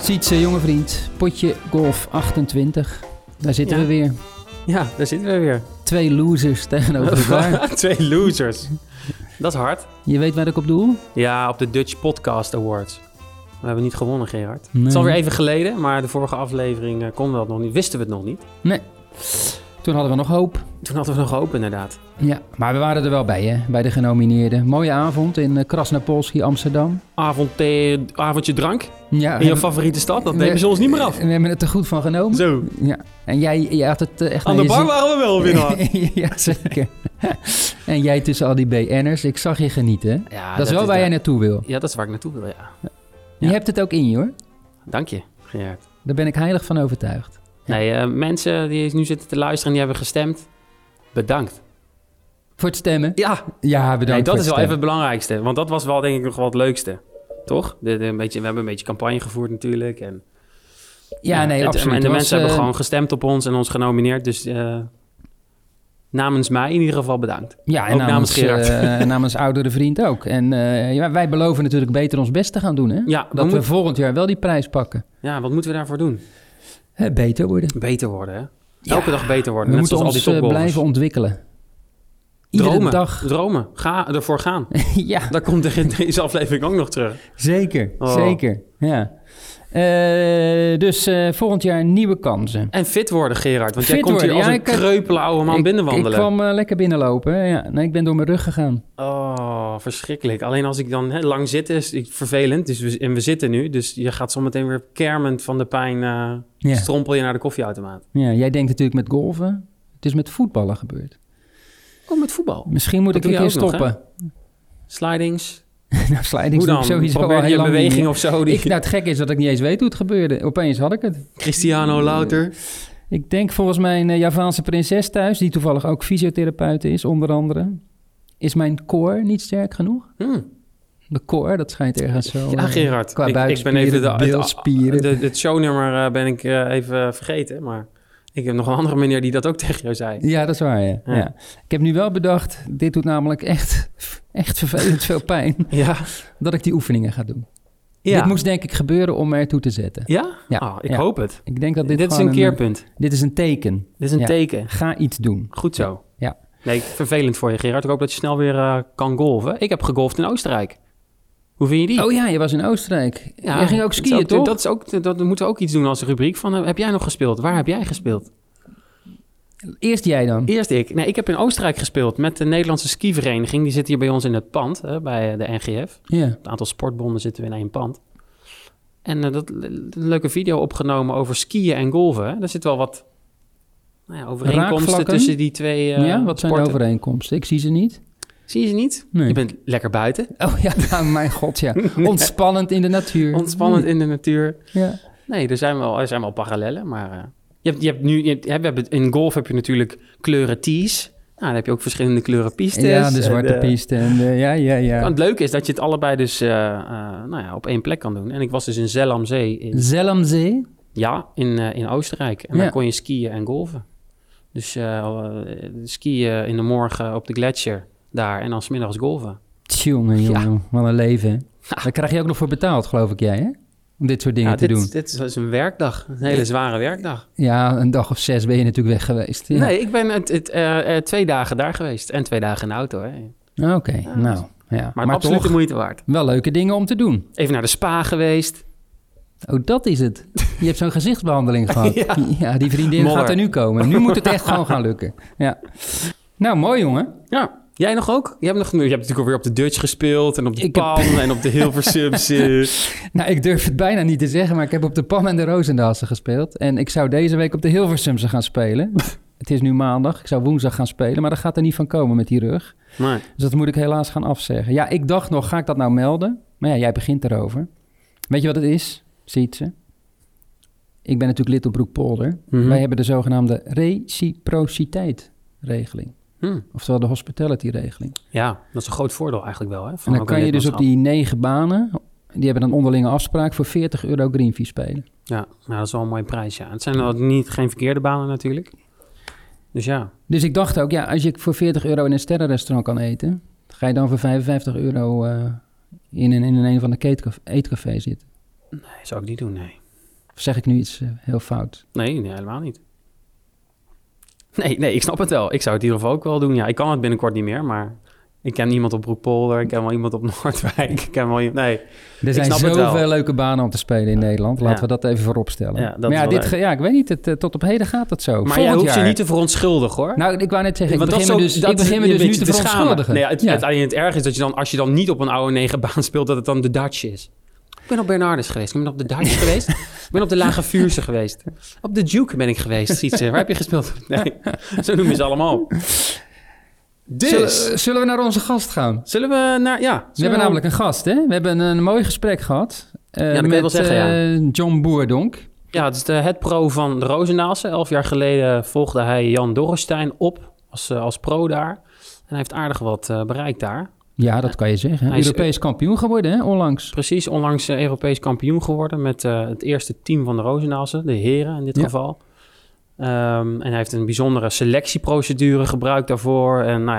Sietse, jonge vriend. Potje golf 28. Daar zitten we weer. Ja, daar zitten we weer. 2 losers tegenover elkaar. 2 losers. Dat is hard. Je weet waar ik op doel? Ja, op de Dutch Podcast Awards. We hebben niet gewonnen, Gerard. Nee. Het is alweer even geleden, maar de vorige aflevering konden we dat nog niet. Wisten we het nog niet. Nee. Toen hadden we nog hoop. Toen hadden we nog hoop, inderdaad. Ja, maar we waren er wel bij, hè? Bij de genomineerden. Mooie avond in Krasnopolski, Amsterdam. Avondje drank Ja, in je favoriete stad. Dat nemen ze ons niet meer af. We hebben het er goed van genomen. Zo. Ja. En jij had het echt... Aan de bar waren we wel winnaar. Ja, zeker. En jij tussen al die BN'ers. Ik zag je genieten. Ja, dat is wel waar jij naartoe wil. Ja, dat is waar ik naartoe wil, ja. Je hebt het ook in je, hoor. Dank je, Gerard. Daar ben ik heilig van overtuigd. Ja. Nee, mensen die nu zitten te luisteren en die hebben gestemd, bedankt. Voor het stemmen? Ja. Ja, bedankt. Nee, dat voor is het wel even stemmen. het belangrijkste. Want dat was wel denk ik nog wel het leukste. Toch? We hebben een beetje campagne gevoerd natuurlijk. En, Ja, nee, absoluut. En de Was, mensen hebben gewoon gestemd op ons en ons genomineerd. Dus namens mij in ieder geval bedankt. Ja, en ook namens Gerard. namens oudere vriend ook. En ja, wij beloven natuurlijk beter ons best te gaan doen, hè? Ja, dat we volgend jaar wel die prijs pakken. Ja, wat moeten we daarvoor doen? Beter worden. Beter worden, hè? Ja, Elke dag beter worden. We net moeten zoals al die ons topgolfers. blijven ontwikkelen. Iedere dag. Dromen. Ga ervoor gaan. Ja, Daar komt er in deze aflevering ook nog terug. zeker. Oh. Zeker. Ja. Dus volgend jaar nieuwe kansen. En fit worden, Gerard. Want Fit jij komt hier worden, als ja, een kreupele oude man binnenwandelen. Ik kwam lekker binnenlopen. Ja. Nee, ik ben door mijn rug gegaan. Oh, verschrikkelijk. Alleen als ik dan lang zit, is het vervelend. Dus we zitten nu. Dus je gaat zometeen weer kermend van de pijn... Ja. strompel je naar de koffieautomaat. Ja, jij denkt natuurlijk met golven. Het is met voetballen gebeurd. Oh, met voetbal. Misschien moet Dat ik een doe keer je ook nog, stoppen. Slidings. Nou, slidings Hoe doe dan? ik sowieso al Probeer heel je lang beweging niet meer. of zo? Nou, het gekke is dat ik niet eens weet hoe het gebeurde. Opeens had ik het. Cristiano Louter. Ik denk volgens mijn Javaanse prinses thuis, die toevallig ook fysiotherapeut is, onder andere, is mijn core niet sterk genoeg. De core, dat schijnt ergens zo... Ja, Gerard. Qua Ik ben buikspieren, even bilspieren. het shownummer ben ik even vergeten. Maar ik heb nog een andere meneer die dat ook tegen jou zei. Ja, dat is waar, ja. Ja. Ja. Ik heb nu wel bedacht, dit doet namelijk echt vervelend veel pijn, Ja. dat ik die oefeningen ga doen. Ja. Dit moest denk ik gebeuren om me ertoe te zetten. Ja? Ja. Oh, ik Ja. hoop het. Ik denk dat dit Dit is gewoon een keerpunt. dit is een teken. Dit is een Ja. teken. Ga iets doen. Goed zo. Ja. Nee, vervelend voor je, Gerard. Ik hoop dat je snel weer kan golven. Ik heb gegolfd in Oostenrijk. Hoe vind je die? Oh ja, je was in Oostenrijk. Ja, Jij ging ook het is skiën, toch? Dat moeten we ook iets doen als rubriek van... heb jij nog gespeeld? Waar heb jij gespeeld? Eerst jij dan. Eerst ik. Nee, ik heb in Oostenrijk gespeeld met de Nederlandse skivereniging. Die zit hier bij ons in het pand, bij de NGF. Ja. Een aantal sportbonden zitten we in één pand. En een leuke video opgenomen over skiën en golven. Hè. Er zit wel wat overeenkomsten Raakvlakken? tussen die twee Ja, wat zijn de sporten. overeenkomsten? Ik zie ze niet. Zie je ze niet? Nee. Je bent lekker buiten. Oh ja, nou, mijn god, ja. Ontspannend in de natuur. Ontspannend in de natuur. Ja. Nee, er zijn wel parallellen, maar... in golf heb je natuurlijk kleuren tees. Nou, dan heb je ook verschillende kleuren pistes. Ja, de zwarte piste. En ja. Het leuke is dat je het allebei dus op één plek kan doen. En ik was dus in Zellamzee. Zellamzee? Ja, in Oostenrijk. En daar kon je skiën en golven. Dus skiën in de morgen op de gletsjer daar. En dan 's middags golven. Jongen, wat een leven. Hè? Daar krijg je ook nog voor betaald, geloof ik jij, hè? Om dit soort dingen te doen. Dit is een werkdag. Een hele zware werkdag. Ja, een dag of 6 ben je natuurlijk weg geweest. Ja. Nee, ik ben 2 dagen daar geweest. En 2 dagen in de auto. Hè. Oké, nou, ja. Maar absoluut de toch, moeite waard. wel leuke dingen om te doen. Even naar de spa geweest. Oh, dat is het. Je hebt zo'n gezichtsbehandeling gehad. Ja, die vriendin Modder. gaat er nu komen. Nu moet het echt gewoon gaan lukken. Ja. Nou, mooi jongen. Ja. Jij nog ook? Je hebt natuurlijk alweer op de Dutch gespeeld en op de Pan en op de Hilversums. Nou, ik durf het bijna niet te zeggen, maar ik heb op de Pan en de Roosendaalse gespeeld. En ik zou deze week op de Hilversumse gaan spelen. Het is nu maandag. Ik zou woensdag gaan spelen, maar dat gaat er niet van komen met die rug. Nee. Dus dat moet ik helaas gaan afzeggen. Ja, ik dacht nog, ga ik dat nou melden? Maar ja, jij begint erover. Weet je wat het is, Sietse? Ik ben natuurlijk lid op Broekpolder. Mhm. Wij hebben de zogenaamde reciprociteitregeling. Oftewel de hospitality-regeling. Ja, dat is een groot voordeel eigenlijk wel. Hè, En dan kan je dus op die 9 banen... die hebben dan onderlinge afspraak... voor €40 green fee spelen. Ja, nou, dat is wel een mooie prijs, ja. Het zijn wel geen verkeerde banen natuurlijk. Dus ja. Dus ik dacht ook, ja, als je voor €40 in een sterrenrestaurant kan eten... ga je dan voor €55 in een van de eetcafés zitten. Nee, zou ik niet doen, nee. Of zeg ik nu iets heel fout? Nee, helemaal niet. Nee, ik snap het wel. Ik zou het in ieder geval ook wel doen. Ja, ik kan het binnenkort niet meer, maar ik ken iemand op Broekpolder. Ik ken wel iemand op Noordwijk. Ik ken wel iemand... Nee, er zijn zoveel leuke banen om te spelen in Nederland. Laten we dat even voorop stellen. Ja, maar ja, ik weet niet. Tot op heden gaat het zo. Maar jij hoeft je niet te verontschuldigen, hoor. Nou, ik wou net zeggen, ik begin me dus nu te verontschuldigen. Nee, het erg is dat je dan, als je dan niet op een oude 9 baan speelt, dat het dan de Dutch is. Ik ben op Bernardus geweest. Ik ben op de Dutch geweest. Ik ben op de Lage Vuurse geweest. Op de Duke ben ik geweest. Waar heb je gespeeld? Nee, zo noemen ze allemaal. Dus. Zullen we naar onze gast gaan? Zullen we naar... Ja. We hebben namelijk een gast, hè? We hebben een mooi gesprek gehad. John Boerdonk. Ja, het is de head pro van de Roosendaalse. 11 jaar geleden volgde hij Jan Dorrestein op als pro daar. En hij heeft aardig wat bereikt daar. Ja, dat kan je zeggen. Hij is Europees kampioen geworden, hè, onlangs. Precies, onlangs Europees kampioen geworden met het eerste team van de Roosendaalse, de heren in dit geval. En hij heeft een bijzondere selectieprocedure gebruikt daarvoor.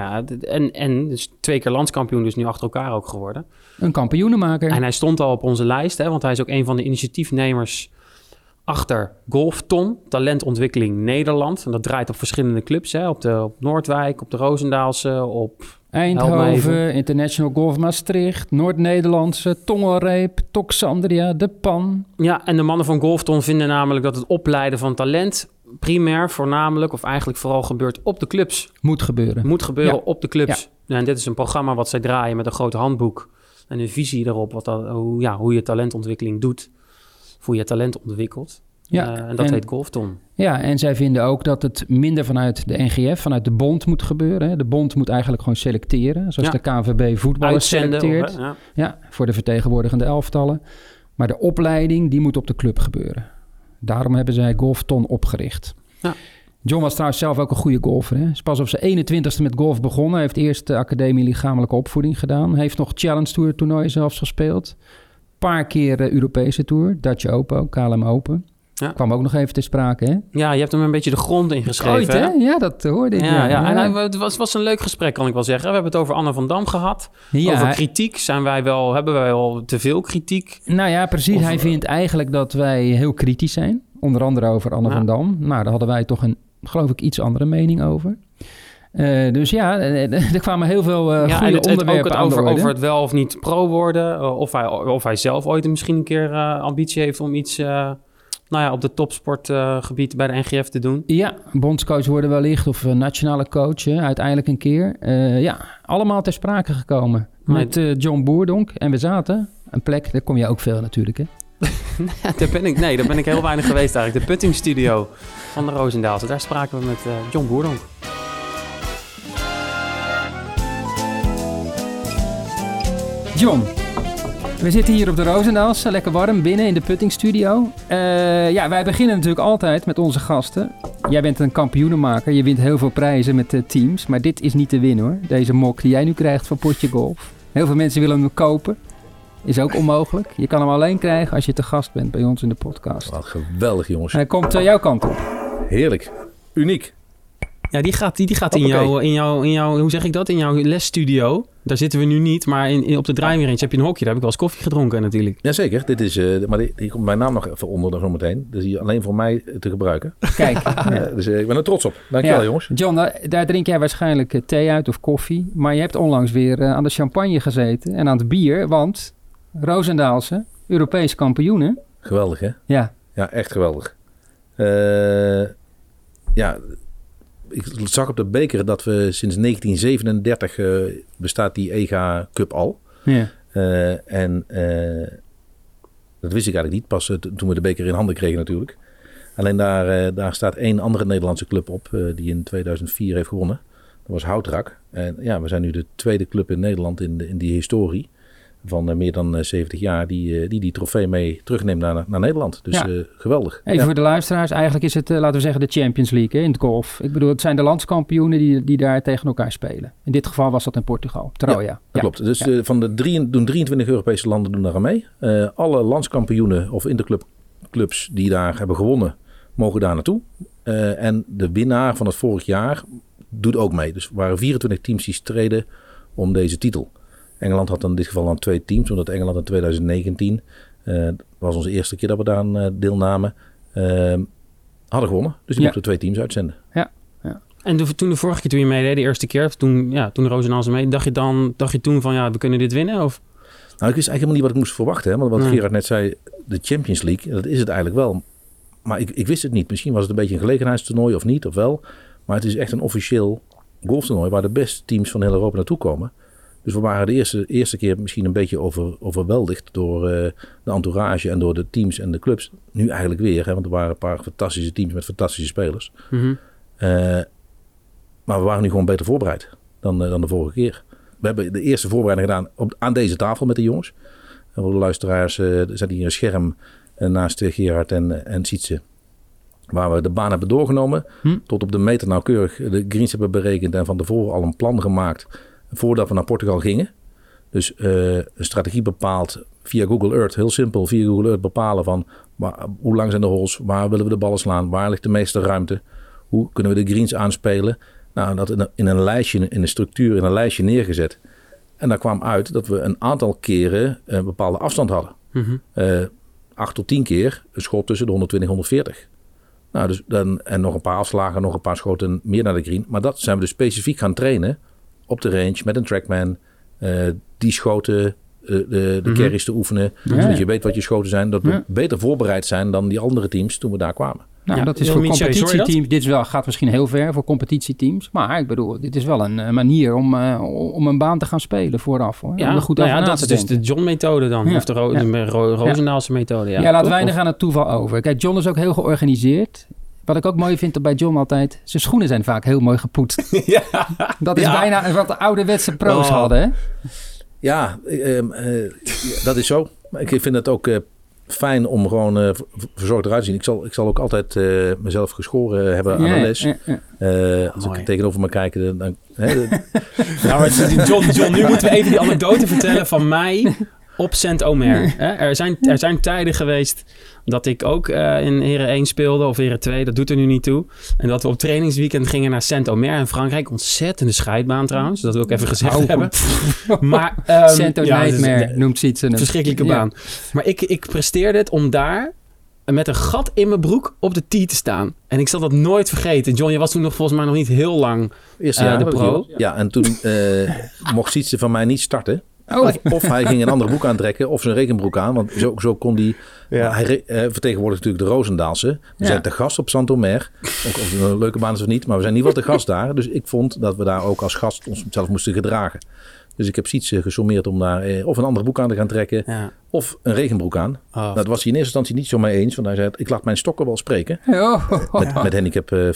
En dus 2 keer landskampioen, dus nu achter elkaar ook geworden. Een kampioenenmaker. En hij stond al op onze lijst, hè, want hij is ook een van de initiatiefnemers achter Golfton, talentontwikkeling Nederland. En dat draait op verschillende clubs, hè, op Noordwijk, op de Roosendaalse, op Eindhoven, International Golf Maastricht, Noord-Nederlandse, Tongelreep, Toxandria, De Pan. Ja, en de mannen van Golfton vinden namelijk dat het opleiden van talent primair, voornamelijk, of eigenlijk vooral gebeurt op de clubs. Moet gebeuren op de clubs. Ja. En dit is een programma wat zij draaien met een groot handboek en een visie erop hoe je talentontwikkeling doet, of hoe je talent ontwikkelt. Ja, en dat heet Golfton. Ja, en zij vinden ook dat het minder vanuit de NGF, vanuit de bond moet gebeuren. Hè. De bond moet eigenlijk gewoon selecteren, zoals de KNVB voetballers selecteert. Voor de vertegenwoordigende elftallen. Maar de opleiding, die moet op de club gebeuren. Daarom hebben zij Golfton opgericht. Ja. John was trouwens zelf ook een goede golfer. Hij is pas op zijn 21ste met golf begonnen. Hij heeft eerst de academie lichamelijke opvoeding gedaan. Hij heeft nog Challenge Tour toernooien zelfs gespeeld. Een paar keer Europese Tour, Dutch Open, KLM Open. Ja. Kwam ook nog even ter sprake, hè? Ja, je hebt hem een beetje de grond ingeschreven. Ooit, hè? Ja, dat hoorde ik. Ja. En het was een leuk gesprek, kan ik wel zeggen. We hebben het over Anne van Dam gehad. Ja. Over kritiek. Hebben wij wel te veel kritiek? Nou ja, precies. Hij vindt eigenlijk dat wij heel kritisch zijn. Onder andere over Anne van Dam. Nou, daar hadden wij toch geloof ik, iets andere mening over. Dus ja, er kwamen heel veel goede onderwerpen aan de orde. Over het wel of niet pro worden. Of hij zelf ooit misschien een keer ambitie heeft om iets... op de topsportgebied bij de NGF te doen. Ja, bondscoach worden wellicht of nationale coach uiteindelijk een keer. Allemaal ter sprake gekomen met John Boerdonk. En we zaten, een plek, daar kom je ook veel natuurlijk, hè? Daar ben ik heel weinig geweest eigenlijk. De puttingstudio van de Roosendaalse. Daar spraken we met John Boerdonk. John, we zitten hier op de Roosendaalse, lekker warm binnen in de puttingstudio. Wij beginnen natuurlijk altijd met onze gasten. Jij bent een kampioenenmaker, je wint heel veel prijzen met teams. Maar dit is niet te winnen hoor, deze mok die jij nu krijgt van Potje Golf. Heel veel mensen willen hem kopen, is ook onmogelijk. Je kan hem alleen krijgen als je te gast bent bij ons in de podcast. Wat geweldig jongens. Hij komt jouw kant op. Heerlijk, uniek. Ja, die gaat in jouw, hoe zeg ik dat, in jouw lesstudio. Daar zitten we nu niet, maar op de driving range heb je een hokje. Daar heb ik wel eens koffie gedronken natuurlijk. Jazeker, dit is, maar hier komt mijn naam nog even onder dan zometeen. Dus hier alleen voor mij te gebruiken. Kijk. Dus ik ben er trots op. Dankjewel jongens. John, daar drink jij waarschijnlijk thee uit of koffie. Maar je hebt onlangs weer aan de champagne gezeten en aan het bier. Want Roosendaalse, Europees kampioenen. Geweldig hè? Ja. Ja, echt geweldig. Ik zag op de beker dat we sinds 1937 bestaat die EGA Cup al. Ja. Dat wist ik eigenlijk niet, pas toen we de beker in handen kregen natuurlijk. Alleen daar staat 1 andere Nederlandse club op die in 2004 heeft gewonnen. Dat was Houtrak. En ja, we zijn nu de tweede club in Nederland in die historie van meer dan 70 jaar die trofee mee terugneemt naar Nederland. Dus geweldig. Even voor de luisteraars, eigenlijk is het, laten we zeggen, de Champions League in het golf. Ik bedoel, het zijn de landskampioenen die daar tegen elkaar spelen. In dit geval was dat in Portugal, Troja. Ja, dat klopt. Dus van de doen 23 Europese landen doen daar aan mee. Alle landskampioenen of interclubs die daar hebben gewonnen, mogen daar naartoe. En de winnaar van het vorig jaar doet ook mee. Dus er waren 24 teams die streden om deze titel. Engeland had in dit geval dan 2 teams, omdat Engeland in 2019 Dat was onze eerste keer dat we daar aan deelnamen. Hadden gewonnen. Dus die mochten 2 teams uitzenden. Ja. En toen de vorige keer toen je meedeed, de eerste keer, toen Roosendaal ze mee, dacht je toen van we kunnen dit winnen? Of? Nou, ik wist eigenlijk helemaal niet wat ik moest verwachten. Hè? Want wat Gerard net zei, de Champions League, dat is het eigenlijk wel. Maar ik wist het niet. Misschien was het een beetje een gelegenheidstoernooi of niet, of wel. Maar het is echt een officieel golftoernooi waar de beste teams van heel Europa naartoe komen. Dus we waren de eerste keer misschien een beetje overweldigd door de entourage en door de teams en de clubs. Nu eigenlijk weer, hè? Want er waren een paar fantastische teams met fantastische spelers. Mm-hmm. Maar we waren nu gewoon beter voorbereid dan de vorige keer. We hebben de eerste voorbereiding gedaan aan deze tafel met de jongens. En voor de luisteraars zat hier een scherm naast Gerard en Sietse. Waar we de baan hebben doorgenomen. Tot op de meter nauwkeurig de greens hebben berekend. En van tevoren al een plan gemaakt voordat we naar Portugal gingen. Dus een strategie bepaald via Google Earth. Heel simpel, via Google Earth bepalen van hoe lang zijn de holes. Waar willen we de ballen slaan? Waar ligt de meeste ruimte? Hoe kunnen we de greens aanspelen? Nou, dat in een lijstje, in een structuur, in een lijstje neergezet. En daar kwam uit dat we een aantal keren een bepaalde afstand hadden. 8 tot 10 keer een schot tussen de 120 en 140. Nou, dus en nog een paar afslagen, nog een paar schoten meer naar de green. Maar dat zijn we dus specifiek gaan trainen op de range met een trackman. Die schoten, de carries te oefenen. Zodat je weet wat je schoten zijn. Dat we beter voorbereid zijn dan die andere teams toen we daar kwamen. Nou, dat is voor competitieteams. Dit gaat misschien heel ver voor competitieteams. Maar ik bedoel, dit is wel een manier om een baan te gaan spelen vooraf. Hoor. Ja, dat is dus de John-methode dan. Ja. Of de Roosendaalse methode. Ja, laat weinig aan het toeval over. Kijk, John is ook heel georganiseerd. Wat ik ook mooi vind bij John altijd, zijn schoenen zijn vaak heel mooi gepoetst. Dat is bijna wat de ouderwetse pro's hadden. Hè? Ja, dat is zo. Ik vind het ook fijn om gewoon verzorgd eruit te zien. Ik zal ook altijd mezelf geschoren hebben aan de les. Als ik tegenover me kijk, dan... John, nu moeten we even die anekdote vertellen van mij op Saint-Omer. Er zijn tijden geweest dat ik ook in Heren 1 speelde of Heren 2. Dat doet er nu niet toe. En dat we op trainingsweekend gingen naar Saint-Omer in Frankrijk. Ontzettende scheidbaan trouwens. Dat wil ik even gezegd hebben. Maar Saint-Omer noemt ze iets. Een verschrikkelijke baan. Maar ik presteerde het om daar met een gat in mijn broek op de tee te staan. En ik zal dat nooit vergeten. John, je was toen volgens mij nog niet heel lang de pro. Ja, en toen mocht Sietse van mij niet starten. Of hij ging een andere broek aantrekken of zijn regenbroek aan. Want zo kon hij... Hij vertegenwoordigt natuurlijk de Roosendaalse. We zijn te gast op Saint-Omer. Of het een leuke baan is of niet. Maar we zijn in ieder geval te gast daar. Dus ik vond dat we daar ook als gast onszelf moesten gedragen. Dus ik heb Sietse gesommeerd om daar of een andere broek aan te gaan trekken. Of een regenbroek aan. Dat was hij in eerste instantie niet zo mee eens. Want hij zei, ik laat mijn stokken wel spreken. Met handicap 4,6 in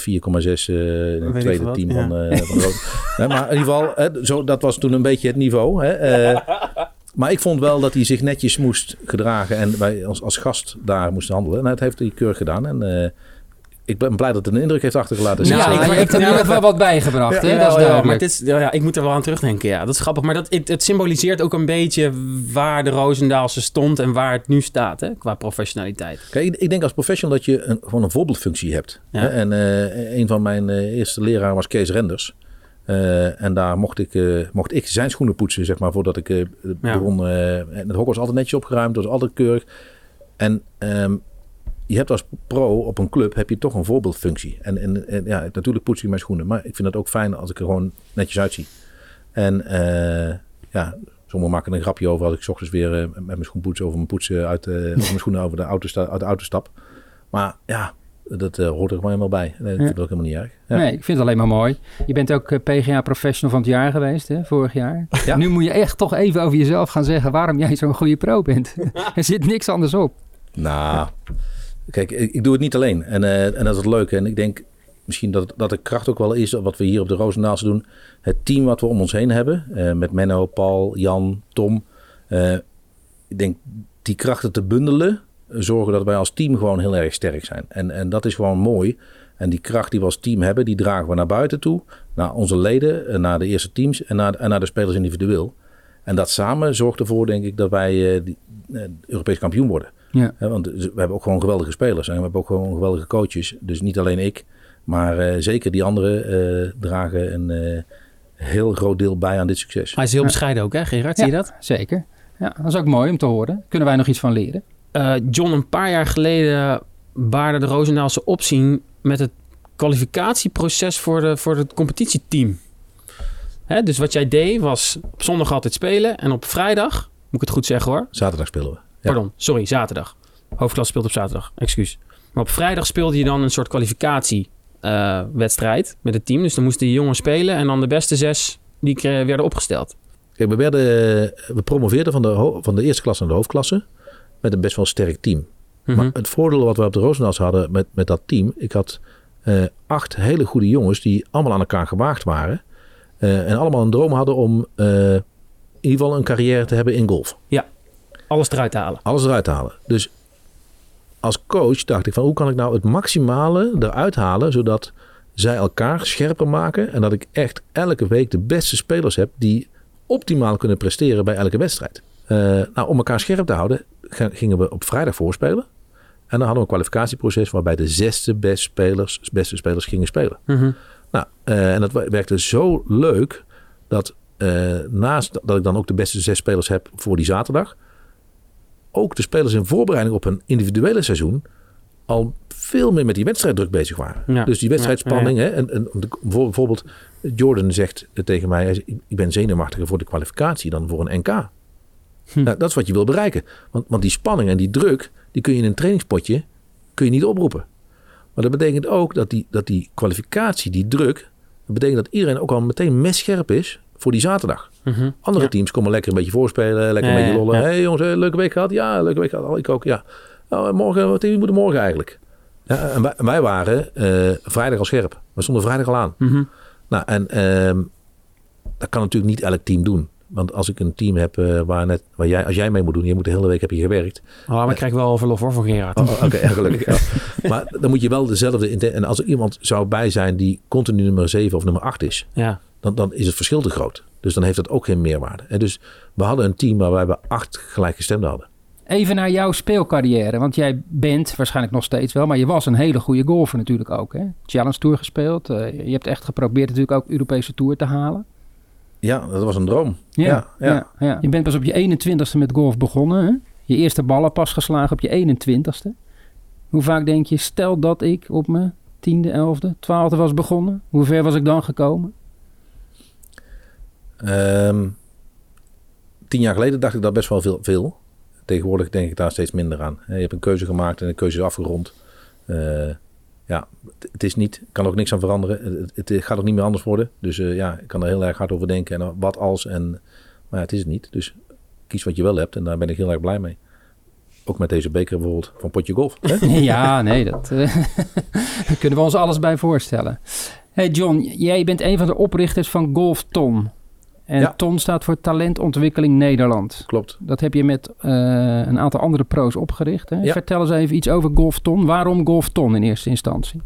het tweede team van de Roos. Maar in ieder geval, dat was toen een beetje het niveau. Maar ik vond wel dat hij zich netjes moest gedragen. En wij als gast daar moesten handelen. En dat heeft hij keurig gedaan. En ik ben blij dat het een indruk heeft achtergelaten. Ik heb er nog wel wat bijgebracht. Dat is duidelijk. Maar ik moet er wel aan terugdenken. Ja, dat is grappig. Maar het symboliseert ook een beetje waar de Roosendaalse stond en waar het nu staat, hè, qua professionaliteit. Kijk, ik denk als professional dat je gewoon een voorbeeldfunctie hebt. Ja. En een van mijn eerste leraren was Kees Renders. En daar mocht ik zijn schoenen poetsen, zeg maar, voordat ik begon. En het hok was altijd netjes opgeruimd, was altijd keurig. En je hebt als pro op een club heb je toch een voorbeeldfunctie. En natuurlijk poets je mijn schoenen. Maar ik vind het ook fijn als ik er gewoon netjes uitzie. En sommigen maken er een grapje over als ik 's ochtends weer met mijn schoen poetsen over mijn schoenen over uit de auto stap. Maar ja, dat hoort er gewoon helemaal bij. Dat vind ik ook helemaal niet erg. Ja. Nee, ik vind het alleen maar mooi. Je bent ook PGA Professional van het jaar geweest, hè, vorig jaar. Ja. Nu moet je echt toch even over jezelf gaan zeggen waarom jij zo'n goede pro bent. Er zit niks anders op. Nou, kijk, ik doe het niet alleen. En dat is het leuke. En ik denk misschien dat de kracht ook wel is wat we hier op de Roosendaalse doen. Het team wat we om ons heen hebben. Met Menno, Paul, Jan, Tom. Ik denk die krachten te bundelen. Zorgen dat wij als team gewoon heel erg sterk zijn. En dat is gewoon mooi. En die kracht die we als team hebben, die dragen we naar buiten toe. Naar onze leden, naar de eerste teams en naar de spelers individueel. En dat samen zorgt ervoor, denk ik, dat wij Europees kampioen worden. Ja. Want we hebben ook gewoon geweldige spelers. En we hebben ook gewoon geweldige coaches. Dus niet alleen ik, maar zeker die anderen dragen een heel groot deel bij aan dit succes. Hij is heel bescheiden ook, hè Gerard? Zie je dat? Zeker. Ja, dat is ook mooi om te horen. Kunnen wij nog iets van leren? John, een paar jaar geleden baarde de Roosendaalse opzien met het kwalificatieproces voor het competitieteam. Hè, dus wat jij deed was op zondag altijd spelen en op vrijdag, moet ik het goed zeggen hoor? Zaterdag spelen we. Ja. Pardon, sorry, zaterdag. Hoofdklasse speelt op zaterdag, excuus. Maar op vrijdag speelde je dan een soort kwalificatiewedstrijd met het team. Dus dan moesten die jongens spelen en dan de beste 6 die werden opgesteld. Kijk, we promoveerden van de eerste klasse naar de hoofdklasse met een best wel sterk team. Mm-hmm. Maar het voordeel wat we op de Roosendaals hadden met dat team, ik had 8 hele goede jongens die allemaal aan elkaar gewaagd waren. En allemaal een droom hadden om in ieder geval een carrière te hebben in golf. Ja, alles eruit halen. Dus als coach dacht ik van hoe kan ik nou het maximale eruit halen zodat zij elkaar scherper maken en dat ik echt elke week de beste spelers heb die optimaal kunnen presteren bij elke wedstrijd. Om elkaar scherp te houden gingen we op vrijdag voorspelen. En dan hadden we een kwalificatieproces waarbij de 6 beste spelers gingen spelen. Mm-hmm. En dat werkte zo leuk dat naast dat ik dan ook de beste 6 spelers heb voor die zaterdag, ook de spelers in voorbereiding op een individuele seizoen al veel meer met die wedstrijddruk bezig waren. Ja. Dus die wedstrijdspanning. Ja. Hè, en bijvoorbeeld Jordan zegt tegen mij, ik ben zenuwachtiger voor de kwalificatie dan voor een NK. Nou, dat is wat je wil bereiken. Want die spanning en die druk, die kun je in een trainingspotje niet oproepen. Maar dat betekent ook dat die kwalificatie, die druk, dat betekent dat iedereen ook al meteen messcherp is voor die zaterdag. Mm-hmm. Andere teams komen lekker een beetje voorspelen, lekker een beetje lollen. Ja. Hey jongens, leuke week gehad? Ja, leuke week gehad. Ik ook, ja. Wat moeten morgen eigenlijk? Ja, en wij waren vrijdag al scherp. We stonden vrijdag al aan. Mm-hmm. Dat kan natuurlijk niet elk team doen. Want als ik een team heb als jij mee moet doen, je moet de hele week heb je gewerkt. Maar ik krijg wel verlof hoor van Gerard. Oké, gelukkig. Ja. Maar dan moet je wel dezelfde. En als er iemand zou bij zijn die continu nummer 7 of nummer 8 is, dan is het verschil te groot. Dus dan heeft dat ook geen meerwaarde. En dus we hadden een team waarbij we 8 gelijkgestemden hadden. Even naar jouw speelcarrière. Want jij bent waarschijnlijk nog steeds wel, maar je was een hele goede golfer natuurlijk ook. Hè? Challenge Tour gespeeld. Je hebt echt geprobeerd natuurlijk ook Europese Tour te halen. Ja, dat was een droom. Ja. Je bent pas op je 21ste met golf begonnen. Hè? Je eerste ballen pas geslagen op je 21ste. Hoe vaak denk je, stel dat ik op mijn 10e, 11e, 12e was begonnen. Hoe ver was ik dan gekomen? 10 jaar geleden dacht ik dat best wel veel. Tegenwoordig denk ik daar steeds minder aan. Je hebt een keuze gemaakt en de keuze is afgerond. Het is niet, kan ook niks aan veranderen. Het gaat ook niet meer anders worden. Dus ik kan er heel erg hard over denken. En wat als. Maar het is het niet. Dus kies wat je wel hebt. En daar ben ik heel erg blij mee. Ook met deze beker bijvoorbeeld van Potje Golf. Hè? Ja, nee, daar kunnen we ons alles bij voorstellen. Hey John, jij bent een van de oprichters van Golf Ton. En TON staat voor Talentontwikkeling Nederland. Klopt. Dat heb je met een aantal andere pro's opgericht. Hè? Ja. Vertel eens even iets over Golf Ton. Waarom Golf Ton in eerste instantie?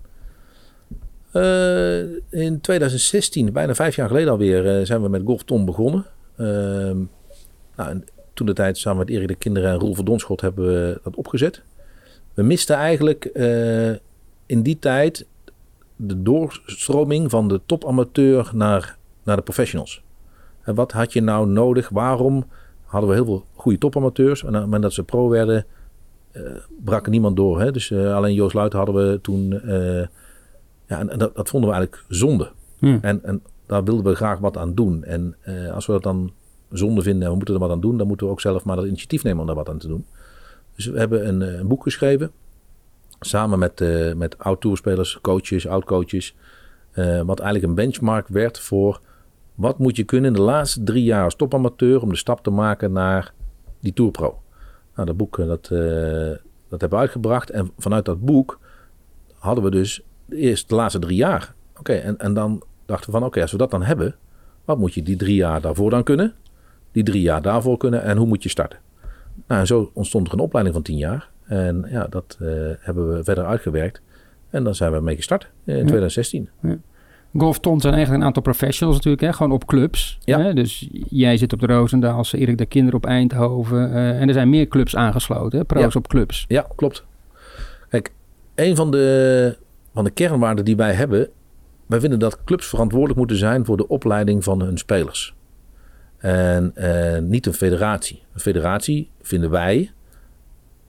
In 2016, bijna 5 jaar geleden alweer, zijn we met Golf Ton begonnen. Toen de tijd samen met Erik de Kinderen en Roel Verdonschot hebben we dat opgezet. We misten eigenlijk in die tijd de doorstroming van de topamateur naar de professionals. En wat had je nou nodig? Waarom hadden we heel veel goede topamateurs? En op het moment dat ze pro werden, brak niemand door. Hè? Dus alleen Joost Luiten hadden we toen. En dat vonden we eigenlijk zonde. En daar wilden we graag wat aan doen. En als we dat dan zonde vinden en we moeten er wat aan doen, dan moeten we ook zelf maar dat initiatief nemen om daar wat aan te doen. Dus we hebben een boek geschreven. Samen met oud-tourspelers, coaches, oud-coaches. Wat eigenlijk een benchmark werd voor wat moet je kunnen in de laatste 3 jaar als topamateur om de stap te maken naar die Tourpro. Nou, dat boek dat hebben we uitgebracht. En vanuit dat boek hadden we dus eerst de laatste 3 jaar. Oké, en dan dachten we van als we dat dan hebben, wat moet je die 3 jaar daarvoor dan kunnen? Die 3 jaar daarvoor kunnen en hoe moet je starten? Nou, en zo ontstond er een opleiding van 10 jaar. En dat hebben we verder uitgewerkt. En dan zijn we mee gestart in 2016. Ja. Golf Ton zijn eigenlijk een aantal professionals natuurlijk, hè? Gewoon op clubs. Ja. Hè? Dus jij zit op de Roosendaalse, Erik de Kinderen op Eindhoven. En er zijn meer clubs aangesloten, hè? Pro's op clubs. Ja, klopt. Kijk, een van de kernwaarden die wij hebben, wij vinden dat clubs verantwoordelijk moeten zijn voor de opleiding van hun spelers. En niet een federatie. Een federatie vinden wij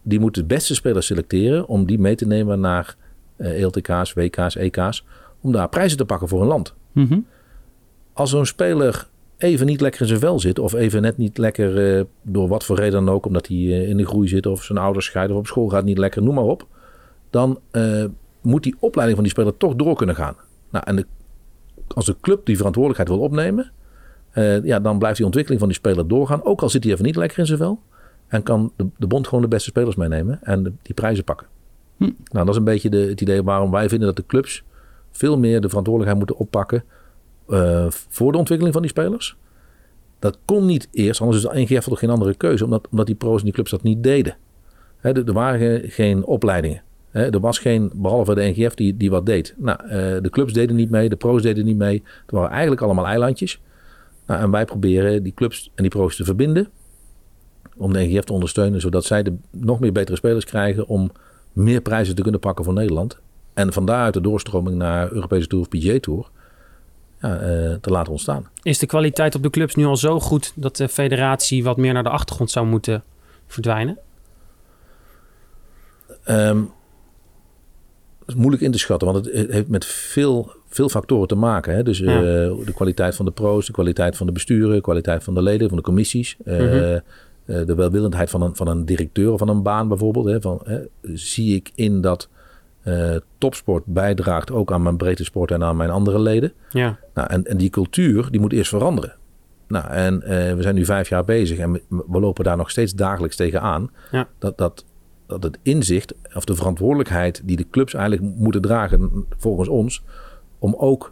die moet de beste spelers selecteren om die mee te nemen naar ELTK's, WK's, EK's. Om daar prijzen te pakken voor een land. Mm-hmm. Als zo'n speler even niet lekker in zijn vel zit. Of even net niet lekker door wat voor reden dan ook. Omdat hij in de groei zit of zijn ouders scheiden of op school gaat niet lekker. Noem maar op. Dan moet die opleiding van die speler toch door kunnen gaan. Nou, en als de club die verantwoordelijkheid wil opnemen. Dan blijft die ontwikkeling van die speler doorgaan. Ook al zit hij even niet lekker in zijn vel. En kan de bond gewoon de beste spelers meenemen. En die prijzen pakken. Nou, dat is een beetje het idee waarom wij vinden dat de clubs veel meer de verantwoordelijkheid moeten oppakken voor de ontwikkeling van die spelers. Dat kon niet eerst, anders is de NGF toch geen andere keuze, omdat die pro's en die clubs dat niet deden. Er waren geen opleidingen. Er was geen, behalve de NGF die wat deed. Nou, de clubs deden niet mee, de pro's deden niet mee. Het waren eigenlijk allemaal eilandjes. Nou, en wij proberen die clubs en die pro's te verbinden. Om de NGF te ondersteunen, zodat zij nog meer betere spelers krijgen om meer prijzen te kunnen pakken voor Nederland. En van daaruit de doorstroming naar Europese Tour of PGA Tour te laten ontstaan. Is de kwaliteit op de clubs nu al zo goed dat de federatie wat meer naar de achtergrond zou moeten verdwijnen? Dat is moeilijk in te schatten, want het heeft met veel factoren te maken. Hè? Dus de kwaliteit van de pro's, de kwaliteit van de besturen, de kwaliteit van de leden, van de commissies. De welwillendheid van een directeur of van een baan bijvoorbeeld. Zie ik in dat topsport bijdraagt ook aan mijn breedte sport en aan mijn andere leden. Ja. Nou, en die cultuur die moet eerst veranderen. Nou, en we zijn nu 5 jaar bezig en we lopen daar nog steeds dagelijks tegenaan. Ja. Dat het inzicht of de verantwoordelijkheid die de clubs eigenlijk moeten dragen volgens ons, om ook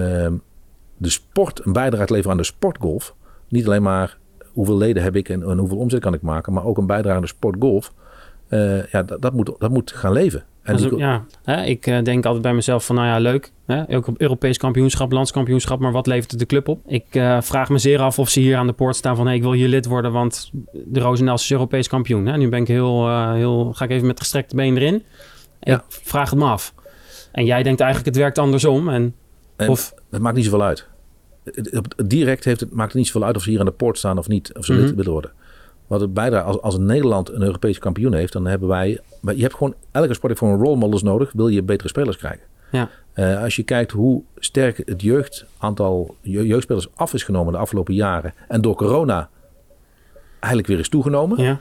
de sport een bijdrage te leveren aan de sportgolf. Niet alleen maar hoeveel leden heb ik en hoeveel omzet kan ik maken, maar ook een bijdrage aan de sportgolf. Dat moet gaan leven. Ik denk altijd bij mezelf van, leuk. Ook op Europees kampioenschap, landskampioenschap, maar wat levert het de club op? Ik vraag me zeer af of ze hier aan de poort staan van, ik wil hier lid worden, want de Roosendaals is Europees kampioen. Nu ben ik ga ik even met gestrekte been erin. Ik vraag het me af. En jij denkt eigenlijk, het werkt andersom. Het maakt niet zoveel uit. Direct maakt het niet zoveel uit of ze hier aan de poort staan of niet, of ze lid willen worden. Wat het bijdraagt, als Nederland een Europese kampioen heeft, dan hebben wij. Je hebt gewoon, elke sport heeft gewoon role models nodig, wil je betere spelers krijgen. Ja. Als je kijkt hoe sterk het aantal jeugdspelers af is genomen de afgelopen jaren en door corona eigenlijk weer is toegenomen.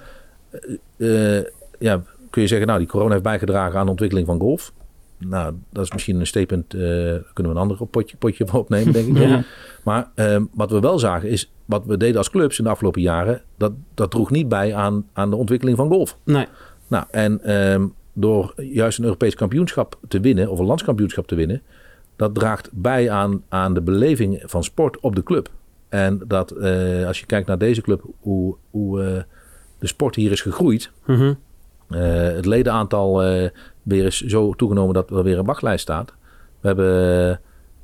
Ja. Kun je zeggen, die corona heeft bijgedragen aan de ontwikkeling van golf. Nou, dat is misschien een statement, kunnen we een ander potje opnemen, denk ik. Ja. Maar wat we wel zagen is, wat we deden als clubs in de afgelopen jaren, dat droeg niet bij aan de ontwikkeling van golf. Nee. Nou, en door juist een Europees kampioenschap te winnen, of een landskampioenschap te winnen, dat draagt bij aan de beleving van sport op de club. En dat als je kijkt naar deze club, hoe de sport hier is gegroeid, het ledenaantal weer is zo toegenomen dat er weer een wachtlijst staat. We hebben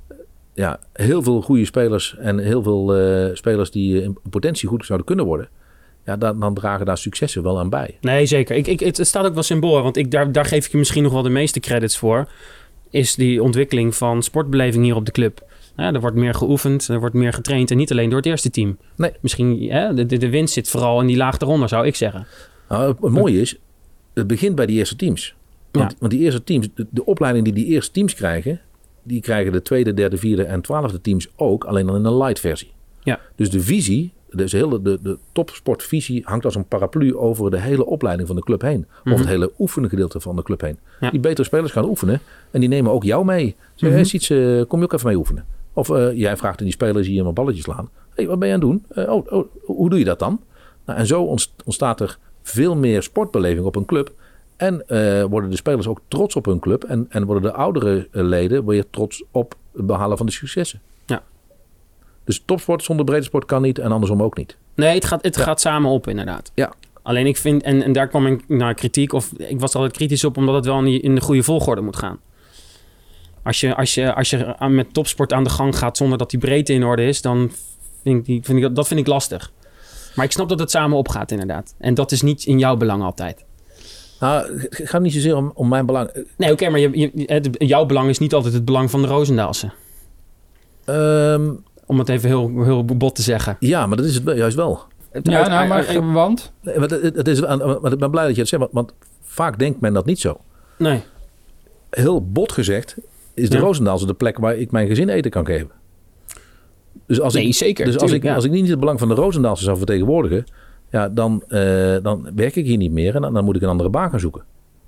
heel veel goede spelers en heel veel spelers die in potentie goed zouden kunnen worden. Ja, dan dragen daar successen wel aan bij. Nee, zeker. Het staat ook wel symbool, want daar geef ik je misschien nog wel de meeste credits voor. Is die ontwikkeling van sportbeleving hier op de club. Er wordt meer geoefend, er wordt meer getraind en niet alleen door het eerste team. Nee. Misschien de winst zit vooral in die laag eronder, zou ik zeggen. Nou, het mooie is, het begint bij die eerste teams. Want die eerste teams, de opleiding die eerste teams krijgen, die krijgen de tweede, derde, vierde en 12e teams ook, alleen dan in een light versie. Ja. Dus de visie, de topsportvisie hangt als een paraplu over de hele opleiding van de club heen. Of het hele oefengedeelte van de club heen. Ja. Die betere spelers gaan oefenen en die nemen ook jou mee. Zeg, Sietse, kom je ook even mee oefenen? Of jij vraagt aan die spelers hier een balletje slaan. Hey, wat ben je aan het doen? Hoe doe je dat dan? Nou, en zo ontstaat er veel meer sportbeleving op een club. En worden de spelers ook trots op hun club. En worden de oudere leden weer trots op het behalen van de successen. Ja. Dus topsport zonder breedte sport kan niet en andersom ook niet. Nee, het gaat samen op inderdaad. Ja. Alleen ik vind, en daar kwam ik naar kritiek. Of ik was er altijd kritisch op, omdat het wel in de goede volgorde moet gaan. Als je met topsport aan de gang gaat zonder dat die breedte in orde is, dan vind ik lastig. Maar ik snap dat het samen opgaat inderdaad. En dat is niet in jouw belang altijd. Nou, het gaat niet zozeer om mijn belang. Nee, oké, maar jouw belang is niet altijd het belang van de Roosendaalse. Om het even heel bot te zeggen. Ja, maar dat is het juist wel. Want? Ik ben blij dat je het zegt, want vaak denkt men dat niet zo. Nee. Heel bot gezegd is de Roosendaalse de plek waar ik mijn gezin eten kan geven. Dus als ik niet het belang van de Roosendaalse zou vertegenwoordigen, dan werk ik hier niet meer en dan moet ik een andere baan gaan zoeken.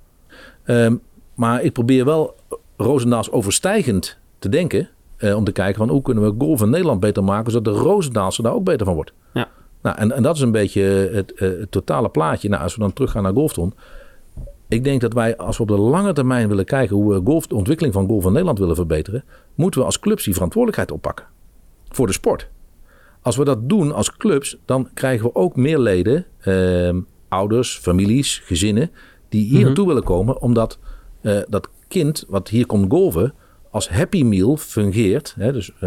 Maar ik probeer wel Roosendaals overstijgend te denken, om te kijken van hoe kunnen we golf in Nederland beter maken, zodat de Roosendaalse daar ook beter van wordt. Ja. Nou, en dat is een beetje het totale plaatje. Nou, als we dan teruggaan naar Golfton. Ik denk dat wij, als we op de lange termijn willen kijken hoe we de ontwikkeling van golf in Nederland willen verbeteren, moeten we als clubs die verantwoordelijkheid oppakken voor de sport. Als we dat doen als clubs, dan krijgen we ook meer leden, ouders, families, gezinnen, die hier naartoe willen komen, omdat dat kind wat hier komt golven als Happy Meal fungeert. Hè, dus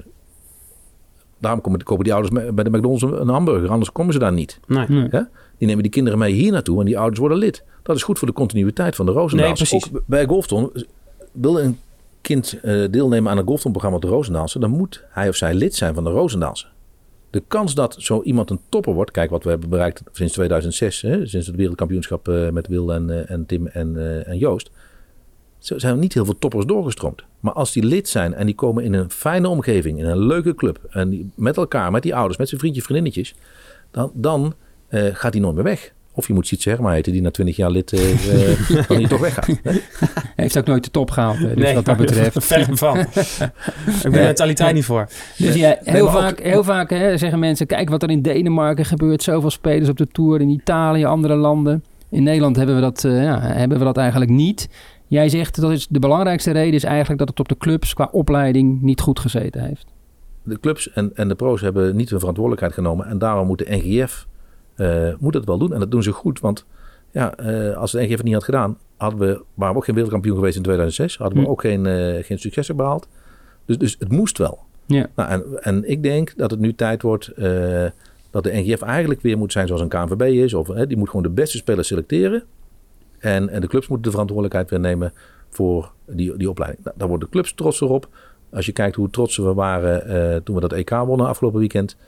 daarom kopen die ouders bij de McDonald's een hamburger, anders komen ze daar niet. Nee. Ja? Die nemen die kinderen mee hier naartoe en die ouders worden lid. Dat is goed voor de continuïteit van de Roosendaalse. Nee, ook bij Golfton, wil een kind deelnemen aan een Golfton-programma op de Roosendaalse, dan moet hij of zij lid zijn van de Roosendaalse. De kans dat zo iemand een topper wordt, kijk wat we hebben bereikt sinds 2006, sinds het wereldkampioenschap met Wil en Tim en Joost. Zo zijn er niet heel veel toppers doorgestroomd. Maar als die lid zijn en die komen in een fijne omgeving, in een leuke club, en die, met elkaar, met die ouders, met zijn vriendjes, vriendinnetjes, dan gaat hij nooit meer weg. Of je moet Sietse Herma heten, die na 20 jaar lid dan hier toch weggaat. Hij heeft ook nooit de top gehaald, dus wat dat betreft. Ver van. Ik ben de mentaliteit niet voor. Dus heel vaak zeggen mensen, kijk wat er in Denemarken gebeurt. Zoveel spelers op de Tour, in Italië, andere landen. In Nederland hebben we dat eigenlijk niet. Jij zegt, dat is de belangrijkste reden is eigenlijk dat het op de clubs qua opleiding niet goed gezeten heeft. De clubs en de pro's hebben niet hun verantwoordelijkheid genomen. En daarom moet de NGF moet het wel doen. En dat doen ze goed. Want als de NGF het niet had gedaan, waren we ook geen wereldkampioen geweest in 2006. Hadden we ook geen successen behaald. Dus het moest wel. Ja. Nou, en ik denk dat het nu tijd wordt dat de NGF eigenlijk weer moet zijn zoals een KNVB is. Die moet gewoon de beste spelers selecteren. En de clubs moeten de verantwoordelijkheid weer nemen voor die opleiding. Nou, daar worden de clubs trots op. Als je kijkt hoe trots we waren toen we dat EK wonnen afgelopen weekend.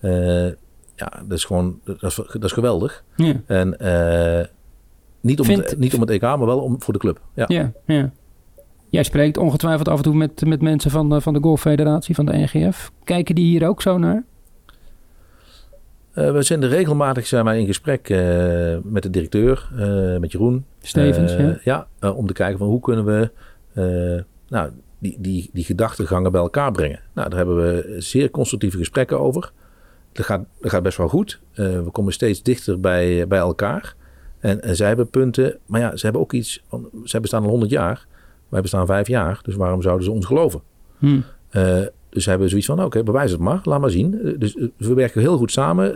Dat is geweldig. Ja. En niet om het EK, maar wel voor de club. Ja. Jij spreekt ongetwijfeld af en toe met mensen van de Golffederatie, van de NGF. Kijken die hier ook zo naar? We zijn regelmatig in gesprek met de directeur, met Jeroen Stevens. Om te kijken van hoe kunnen we die gedachtegangen bij elkaar brengen. Nou, daar hebben we zeer constructieve gesprekken over. Dat gaat best wel goed. We komen steeds dichter bij elkaar. En zij hebben punten, maar ze hebben ook iets. Zij bestaan al 100 jaar. Wij bestaan 5 jaar. Dus waarom zouden ze ons geloven? Dus hebben we zoiets van, oké, bewijs het maar. Laat maar zien. Dus we werken heel goed samen.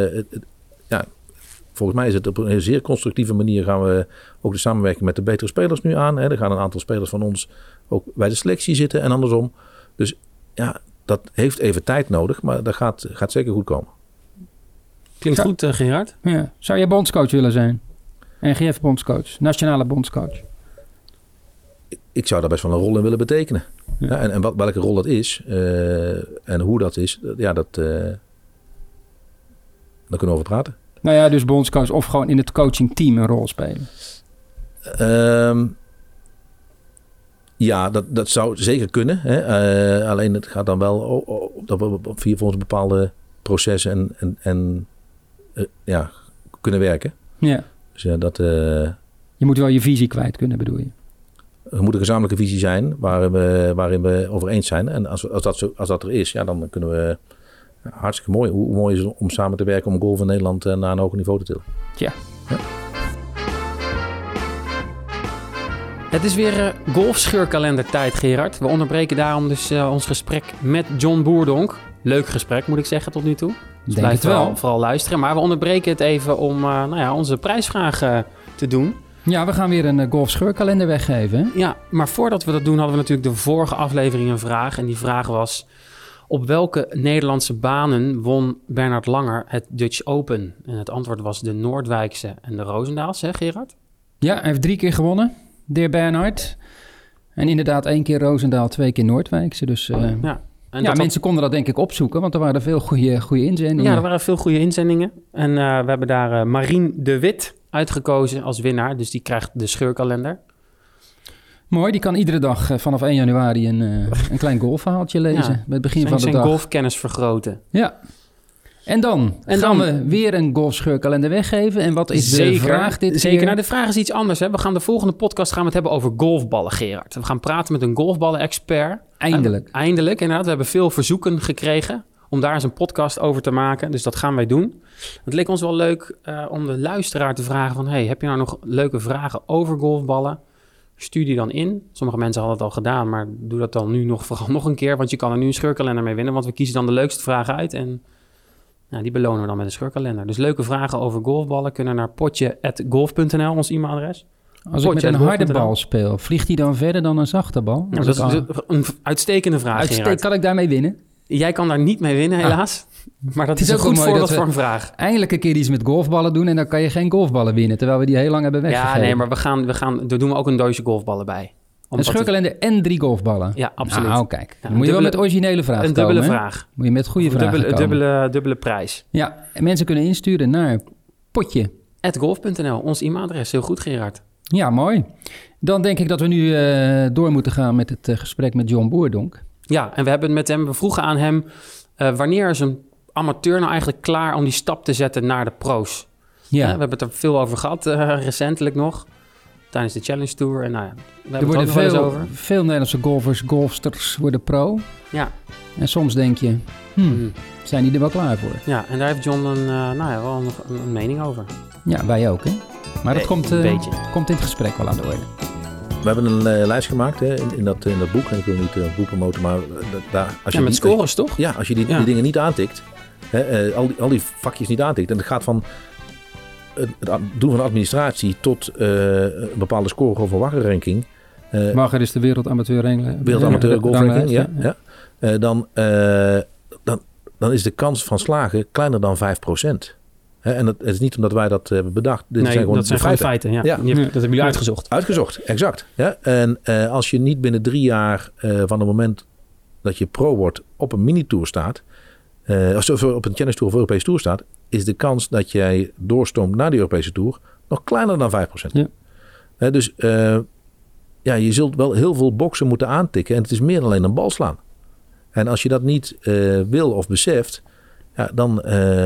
Volgens mij is het op een zeer constructieve manier gaan we ook de samenwerking met de betere spelers nu aan. Er gaan een aantal spelers van ons ook bij de selectie zitten en andersom. Dus dat heeft even tijd nodig, maar dat gaat zeker goed komen. Klinkt goed, Gerard. Ja. Zou je bondscoach willen zijn? NGF-bondscoach, nationale bondscoach? Ik zou daar best wel een rol in willen betekenen. Ja. En welke rol dat is en hoe dat is, daar kunnen we over praten. Nou ja, dus bondscoach of gewoon in het coachingteam een rol spelen. Dat zou zeker kunnen. Hè. Alleen het gaat dan wel via volgens bepaalde processen en kunnen werken. Ja. Dus je moet wel je visie kwijt kunnen, bedoel je? Er moet een gezamenlijke visie zijn waarin we over eens zijn. En als dat er is, dan kunnen we... Hartstikke mooi. Hoe mooi is het om samen te werken om golf in Nederland naar een hoger niveau te tillen. Ja. Het is weer golfscheurkalendertijd, Gerard. We onderbreken daarom dus ons gesprek met John Boerdonk. Leuk gesprek, moet ik zeggen, tot nu toe. Dus blijf vooral luisteren. Maar we onderbreken het even om onze prijsvraag te doen. Ja, we gaan weer een golfscheurkalender weggeven. Hè? Ja, maar voordat we dat doen hadden we natuurlijk de vorige aflevering een vraag. En die vraag was... Op welke Nederlandse banen won Bernhard Langer het Dutch Open? En het antwoord was de Noordwijkse en de Roosendaalse, hè Gerard? Ja, hij heeft 3 keer gewonnen, de heer Bernhard. En inderdaad 1 keer Roosendaal, 2 keer Noordwijkse. Dus, Ja, En mensen konden dat denk ik opzoeken, want er waren veel goede inzendingen. Ja, er waren veel goede inzendingen. En we hebben daar Marien de Wit uitgekozen als winnaar. Dus die krijgt de scheurkalender. Mooi, die kan iedere dag vanaf 1 januari een klein golfverhaaltje lezen. Bij het begin van de dag. Zijn golfkennis vergroten. Ja. En dan gaan we weer een golfscheurkalender weggeven. En wat is de vraag dit Zeker. keer? Nou, de vraag is iets anders. Hè. We gaan de volgende podcast het hebben over golfballen, Gerard. We gaan praten met een golfballen-expert. Eindelijk. Eindelijk, inderdaad. We hebben veel verzoeken gekregen om daar eens een podcast over te maken. Dus dat gaan wij doen. Het leek ons wel leuk om de luisteraar te vragen van... heb je nou nog leuke vragen over golfballen? Stuur die dan in. Sommige mensen hadden het al gedaan, maar doe dat dan nu vooral nog een keer. Want je kan er nu een scheurkalender mee winnen. Want we kiezen dan de leukste vragen uit en... die belonen we dan met een scheurkalender. Dus leuke vragen over golfballen kunnen naar potje@golf.nl, ons e-mailadres. Als ik met een harde bal speel, vliegt die dan verder dan een zachte bal? Dat is een uitstekende vraag, Gerard. Kan ik daarmee winnen? Jij kan daar niet mee winnen, helaas. Maar dat is een goed voorbeeld voor een vraag. Eindelijk een keer iets met golfballen doen en dan kan je geen golfballen winnen, terwijl we die heel lang hebben weggegeven. Ja, nee, maar daar doen we ook een doosje golfballen bij. Een scheurkalender en 3 golfballen? Ja, absoluut. Nou, kijk. Dan moet je wel met originele vragen komen. Een dubbele vraag. Moet je met goede vragen komen. Dubbele prijs. Ja, en mensen kunnen insturen naar potje@golf.nl. Ons e-mailadres. Heel goed, Gerard. Ja, mooi. Dan denk ik dat we nu door moeten gaan met het gesprek met John Boerdonk. Ja, en we vroegen aan hem... wanneer is een amateur nou eigenlijk klaar om die stap te zetten naar de pro's? Ja. We hebben het er veel over gehad, recentelijk nog. Tijdens de Challenge Tour. En er worden veel Nederlandse golfsters worden pro. Ja. En soms denk je, zijn die er wel klaar voor? Ja, en daar heeft John wel een mening over. Ja, wij ook, hè? Maar dat komt in het gesprek wel aan de orde. We hebben een lijst gemaakt in dat boek. En ik wil niet het boek promoten, maar als je met scores, toch? Ja, als je die dingen niet aantikt, al die vakjes niet aantikt. En het gaat van het doen van administratie tot een bepaalde score of een waggerranking. Wagger is de wereldamateur golfranking, ja. Dan is de kans van slagen kleiner dan 5%. En het is niet omdat wij dat hebben bedacht. Dat zijn gewoon feiten. Ja. Dat hebben jullie uitgezocht. Uitgezocht, exact. Ja. En als je niet binnen 3 jaar van het moment dat je pro wordt op een mini-tour staat... op een Challenge Tour of Europese Tour staat... is de kans dat jij doorstroomt naar de Europese Tour nog kleiner dan 5%. Ja. Dus je zult wel heel veel boksen moeten aantikken. En het is meer dan alleen een bal slaan. En als je dat niet wil of beseft... dan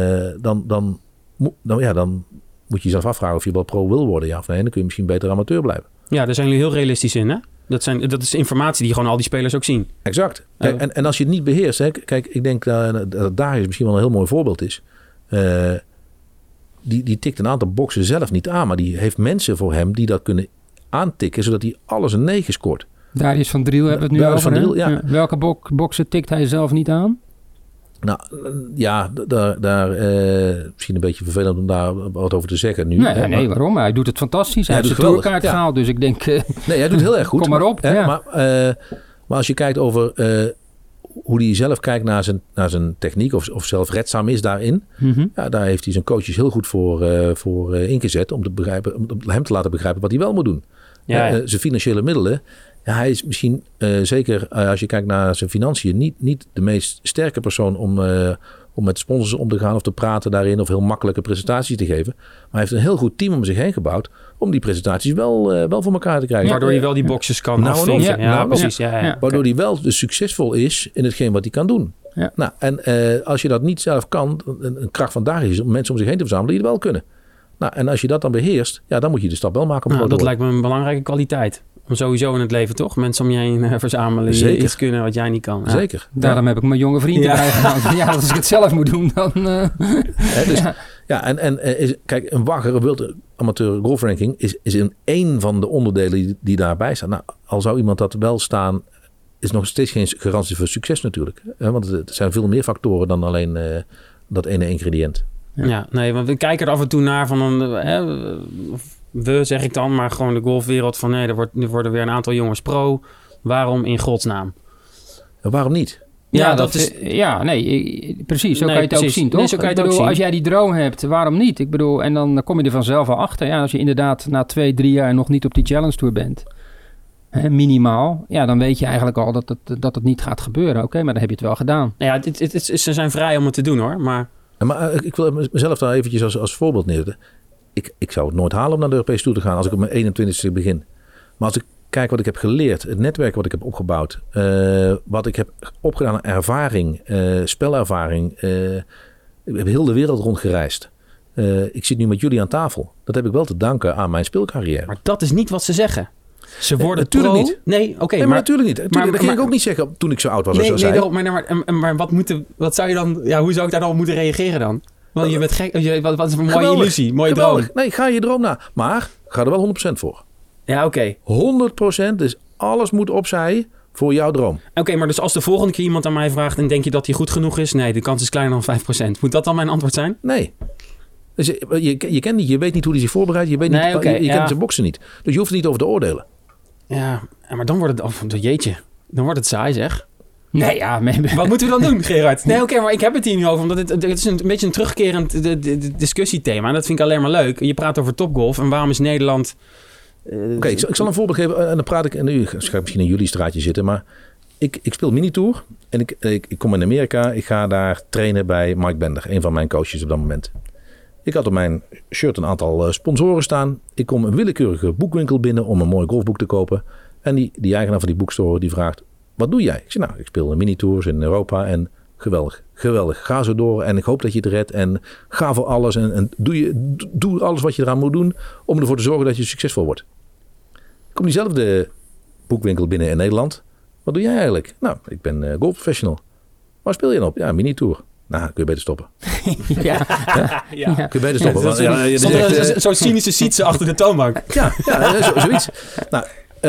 moet je jezelf afvragen of je wel pro wil worden, ja of nee. En dan kun je misschien beter amateur blijven. Ja, daar zijn jullie heel realistisch in, hè? Dat is informatie die gewoon al die spelers ook zien. Exact. Kijk, en als je het niet beheerst... Kijk, ik denk dat daar misschien wel een heel mooi voorbeeld is. Die tikt een aantal boksen zelf niet aan... maar die heeft mensen voor hem die dat kunnen aantikken... zodat hij alles een 9 scoort. Darius van Driel hebben we het nu over. Van Driel, ja. Welke boksen tikt hij zelf niet aan? Nou ja, daar misschien een beetje vervelend om daar wat over te zeggen nu. Nee, waarom? Hij doet het fantastisch. Hij heeft de tourkaart gehaald, dus ik denk... nee, hij doet heel erg goed. Kom maar op. Maar als je kijkt over hoe hij zelf kijkt naar zijn techniek... of zelfredzaam is daarin... daar heeft hij zijn coaches heel goed voor ingezet... om hem te laten begrijpen wat hij wel moet doen. Zijn financiële middelen... Ja, hij is misschien zeker als je kijkt naar zijn financiën... niet de meest sterke persoon om met sponsors om te gaan... of te praten daarin of heel makkelijke presentaties te geven. Maar hij heeft een heel goed team om zich heen gebouwd... om die presentaties wel voor elkaar te krijgen. Waardoor hij wel die boxes kan afvinken. Precies. Ja. Waardoor hij wel dus succesvol is in hetgeen wat hij kan doen. Ja. Nou, en als je dat niet zelf kan... een kracht van daar is om mensen om zich heen te verzamelen... die het wel kunnen. Nou, en als je dat dan beheerst... dan moet je de stap wel maken. Dat lijkt me een belangrijke kwaliteit. Om sowieso in het leven, toch? Mensen om je heen verzamelen die iets kunnen wat jij niet kan. Ja. Zeker. Daarom heb ik mijn jonge vrienden bijgehaald. Als ik het zelf moet doen, dan... Kijk, een wagger, een World Amateur Golf Ranking... is één van de onderdelen die daarbij staan. Nou, al zou iemand dat wel staan... is nog steeds geen garantie voor succes natuurlijk. Want er zijn veel meer factoren dan alleen dat ene ingrediënt. Want we kijken er af en toe naar van... we, zeg ik dan, maar gewoon de golfwereld van... nee, er worden weer een aantal jongens pro. Waarom in godsnaam? Waarom niet? Precies. Zo kan je het ook zien, toch? Nee, zo kan je het ook zien. Als jij die droom hebt, waarom niet? Ik bedoel, en dan kom je er vanzelf al achter. Ja, als je inderdaad na 2-3 jaar nog niet op die Challenge Tour bent... minimaal, dan weet je eigenlijk al dat het niet gaat gebeuren. Oké, maar dan heb je het wel gedaan. Ja, ze zijn vrij om het te doen hoor, maar... Maar ik wil mezelf daar eventjes als voorbeeld neerzetten. Ik zou het nooit halen om naar de Europese Tour te gaan als ik op mijn 21ste begin. Maar als ik kijk wat ik heb geleerd, het netwerk wat ik heb opgebouwd, wat ik heb opgedaan aan ervaring, spelervaring. Ik heb heel de wereld rondgereisd. Ik zit nu met jullie aan tafel. Dat heb ik wel te danken aan mijn speelcarrière. Maar dat is niet wat ze zeggen. Ze worden natuurlijk niet. Nee, oké. Nee, maar natuurlijk niet. Dat ging ik ook niet zeggen toen ik zo oud was. Maar wat zou je dan... Ja, hoe zou ik daar dan moeten reageren dan? Want je bent gek. Wat is een mooie illusie, mooie droom. Nee, ga je droom na. Maar ga er wel 100% voor. Ja, oké. 100%, dus alles moet opzij voor jouw droom. Oké, maar dus als de volgende keer iemand aan mij vraagt... en denk je dat hij goed genoeg is? Nee, de kans is kleiner dan 5%. Moet dat dan mijn antwoord zijn? Nee. Dus je kent niet, je weet niet hoe hij zich voorbereidt. Je weet niet, je kent zijn boksen niet. Dus je hoeft er niet over te oordelen. Ja, maar dan wordt het... jeetje, dan wordt het saai zeg. Nee, ja. Wat moeten we dan doen, Gerard? Nee, oké, maar ik heb het hier niet over. Omdat het is een beetje een terugkerend discussiethema. En dat vind ik alleen maar leuk. Je praat over topgolf. En waarom is Nederland... Oké, ik zal een voorbeeld geven. En dan praat ik... En nu ga ik misschien in jullie straatje zitten. Maar ik speel minitour. En ik kom in Amerika. Ik ga daar trainen bij Mike Bender. Een van mijn coaches op dat moment. Ik had op mijn shirt een aantal sponsoren staan. Ik kom een willekeurige boekwinkel binnen om een mooi golfboek te kopen. En die eigenaar van die boekstore die vraagt... Wat doe jij? Ik zeg, ik speel minitours in Europa en geweldig. Ga zo door en ik hoop dat je het redt. En ga voor alles en doe alles wat je eraan moet doen om ervoor te zorgen dat je succesvol wordt. Ik kom diezelfde boekwinkel binnen in Nederland. Wat doe jij eigenlijk? Nou, ik ben golfprofessional. Waar speel je dan op? Ja, minitour. Nou, kun je beter stoppen. Ja. Kun je beter stoppen. Zo'n cynische sietse achter de toonbank. Ja, zoiets. Nou,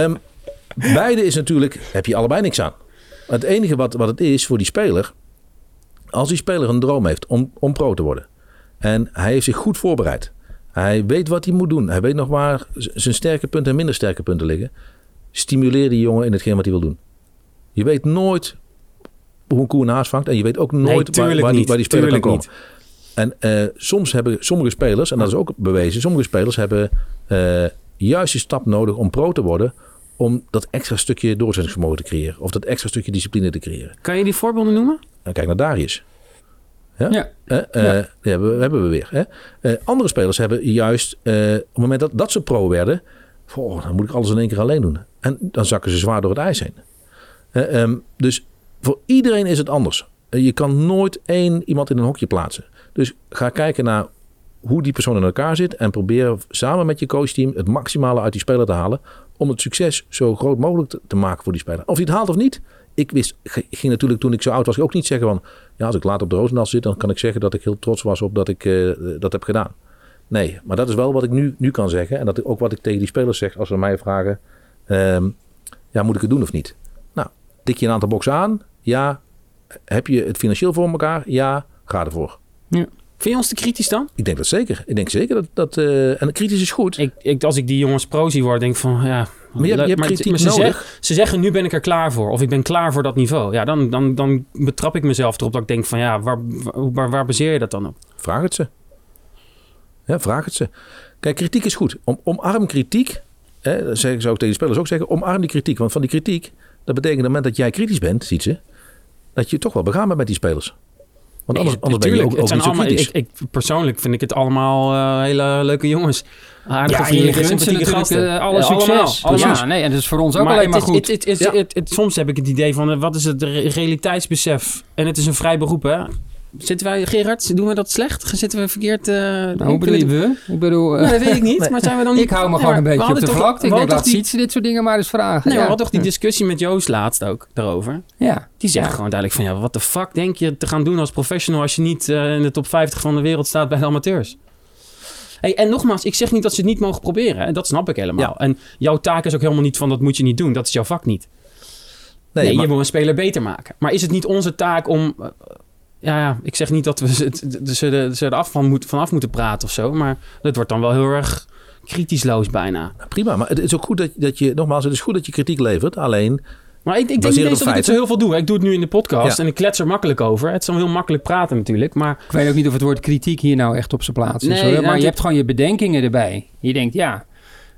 beide is natuurlijk, heb je allebei niks aan. Het enige wat het is voor die speler, als die speler een droom heeft om pro te worden. En hij heeft zich goed voorbereid. Hij weet wat hij moet doen. Hij weet nog waar zijn sterke punten en minder sterke punten liggen. Stimuleer die jongen in hetgeen wat hij wil doen. Je weet nooit hoe een koe een haas vangt. En je weet ook nooit waar die speler kan komen. En soms hebben sommige spelers, en dat is ook bewezen, sommige spelers hebben juist die stap nodig om pro te worden, om dat extra stukje doorzettingsvermogen te creëren. Of dat extra stukje discipline te creëren. Kan je die voorbeelden noemen? Kijk naar Darius. Ja. Hebben we weer. Andere spelers hebben juist, op het moment dat ze pro werden, dan moet ik alles in één keer alleen doen. En dan zakken ze zwaar door het ijs heen. Dus voor iedereen is het anders. Je kan nooit iemand in een hokje plaatsen. Dus ga kijken naar hoe die persoon in elkaar zit en probeer samen met je coachteam het maximale uit die speler te halen om het succes zo groot mogelijk te maken voor die speler. Of hij het haalt of niet. Ik ging natuurlijk toen ik zo oud was ook niet zeggen van, ja, als ik later op de Roosendaal zit, dan kan ik zeggen dat ik heel trots was op dat ik dat heb gedaan. Nee, maar dat is wel wat ik nu kan zeggen. En dat ook wat ik tegen die spelers zeg als ze mij vragen, moet ik het doen of niet? Nou, tik je een aantal boxen aan? Ja. Heb je het financieel voor elkaar? Ja, ga ervoor. Ja. Vind je ons te kritisch dan? Ik denk dat zeker. Ik denk zeker dat en kritisch is goed. Als ik die jongens pro zie worden, denk ik van ja. Maar je hebt kritiek nodig. Ze zeggen nu ben ik er klaar voor. Of ik ben klaar voor dat niveau. Ja, dan betrap ik mezelf erop dat ik denk van ja, waar baseer je dat dan op? Vraag het ze. Ja, vraag het ze. Kijk, kritiek is goed. Omarm kritiek. Dat zou ik tegen de spelers ook zeggen. Omarm die kritiek. Want van die kritiek, dat betekent op het moment dat jij kritisch bent, ziet ze, dat je toch wel begaan bent met die spelers. Want anders ben je ook niet zo kritisch. Ik persoonlijk vind ik het allemaal hele leuke jongens. Aardige vrienden, sympathieke gasten. Alle succes. Allemaal. Nee, en dat is voor ons ook alleen maar goed. Soms heb ik het idee van, wat is het realiteitsbesef? En het is een vrij beroep, hè? Zitten wij, Gerard, doen we dat slecht? Zitten we verkeerd? Hoe bedoel je we? Ik bedoel... dat weet ik niet, maar zijn we dan niet... Ik hou me gewoon een beetje op de vlakte. Ik denk, laat Sietse dit soort dingen maar eens vragen. Nee, maar we hadden toch die discussie met Joost laatst ook daarover. Ja. Die zegt gewoon duidelijk van, wat de fuck denk je te gaan doen als professional als je niet in de top 50 van de wereld staat bij de amateurs? Hey, en nogmaals, ik zeg niet dat ze het niet mogen proberen. En dat snap ik helemaal. Ja. En jouw taak is ook helemaal niet van, dat moet je niet doen. Dat is jouw vak niet. Nee, maar je wil een speler beter maken. Maar is het niet onze taak om... ik zeg niet dat we ze er vanaf moeten praten of zo. Maar het wordt dan wel heel erg kritischloos bijna. Prima, maar het is ook goed dat je... Nogmaals, het is goed dat je kritiek levert. Alleen... Maar ik denk niet eens dat ik het zo heel veel doe. Ik doe het nu in de podcast en ik klets er makkelijk over. Het is dan heel makkelijk praten natuurlijk. Maar... Ik weet ook niet of het woord kritiek hier nou echt op zijn plaats is. Nee, hoor. Maar je hebt gewoon je bedenkingen erbij. Je denkt,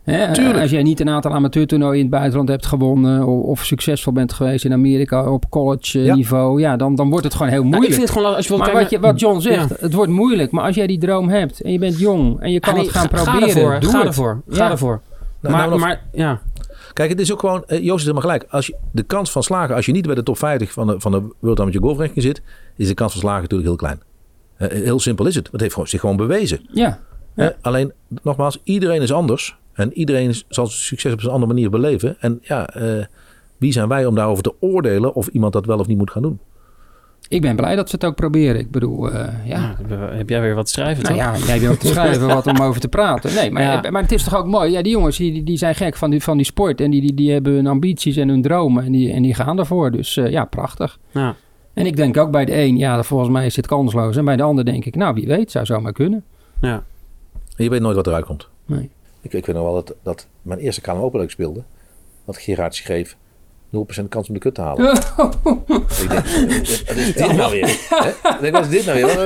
Als jij niet een aantal amateurtoernooien in het buitenland hebt gewonnen... of succesvol bent geweest in Amerika op college niveau... Ja, dan wordt het gewoon heel moeilijk. Ik vind het gewoon, als je maar wat John zegt, het wordt moeilijk. Maar als jij die droom hebt en je bent jong en je kan het gaan proberen... Ga ervoor. Maar Kijk, het is ook gewoon... Joost is helemaal gelijk. Als je, de kans van slagen... Als je niet bij de top 50 van de World Amateur Golf Ranking zit... is de kans van slagen natuurlijk heel klein. Heel simpel is het. Het heeft zich gewoon bewezen. Ja. Alleen, nogmaals, iedereen is anders. En iedereen zal succes op zijn andere manier beleven. En wie zijn wij om daarover te oordelen... of iemand dat wel of niet moet gaan doen? Ik ben blij dat ze het ook proberen. Ik bedoel, heb jij weer wat te schrijven, toch? Ja, jij wil ook te schrijven wat om over te praten. Nee, maar het is toch ook mooi. Ja, die jongens die zijn gek van die sport. En die hebben hun ambities en hun dromen. En die gaan ervoor. Dus prachtig. Ja. En ik denk ook bij de een, volgens mij is dit kansloos. En bij de ander denk ik, wie weet, zou zomaar kunnen. Ja. En je weet nooit wat eruit komt. Nee. Ik weet nog wel dat mijn eerste KLM Open dat ik speelde... dat Gerard schreef... 0% kans om de kut te halen. Ik denk, wat is dit nou weer? Ik denk, wat is dit nou weer?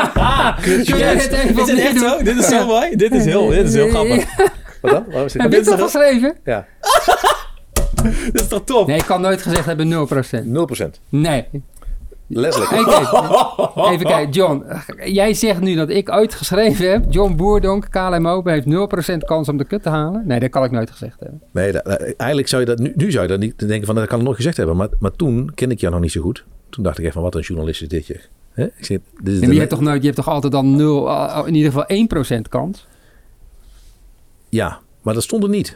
Is het echt zo? Dit is zo mooi. Dit is heel grappig. Wat dan? Heb je het toch geschreven? Ja. Dat is toch top? Nee, ik kan nooit gezegd hebben 0%. 0%? Nee. Letterlijk. Even kijken, John. Jij zegt nu dat ik ooit geschreven heb... John Boerdonk, KLM Open, heeft 0% kans om de kut te halen. Nee, dat kan ik nooit gezegd hebben. Nee, eigenlijk zou je dat... Nu zou je dat niet denken van... dat kan ik nooit gezegd hebben. Maar toen kende ik jou nog niet zo goed. Toen dacht ik echt van... wat een journalist is dit je. Ik zeg, je hebt toch altijd dan 0... in ieder geval 1% kans? Ja, maar dat stond er niet.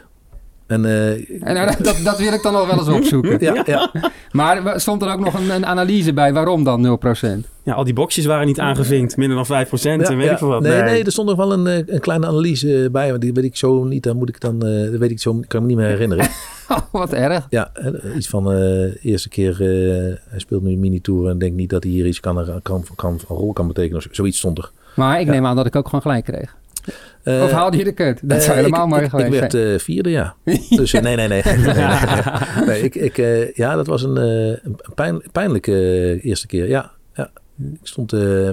Dat wil ik dan nog wel eens opzoeken. Ja. Maar stond er ook nog een analyse bij waarom dan 0%? Ja, al die boxjes waren niet aangevinkt. Minder dan 5% en weet ik veel wat. Nee, er stond nog wel een kleine analyse bij. Maar die weet ik zo niet. Dat weet ik zo, kan me niet meer herinneren. Wat erg. Ja, iets van eerste keer... hij speelt nu een mini-tour en denkt niet dat hij hier iets een rol kan betekenen. Zoiets stond er. Maar ik neem aan dat ik ook gewoon gelijk kreeg. Of haalde je de kut? Dat zou helemaal mooi geweest zijn. Ik werd vierde, ja. Dus nee. Dat was een pijnlijke eerste keer. Ja. Ik stond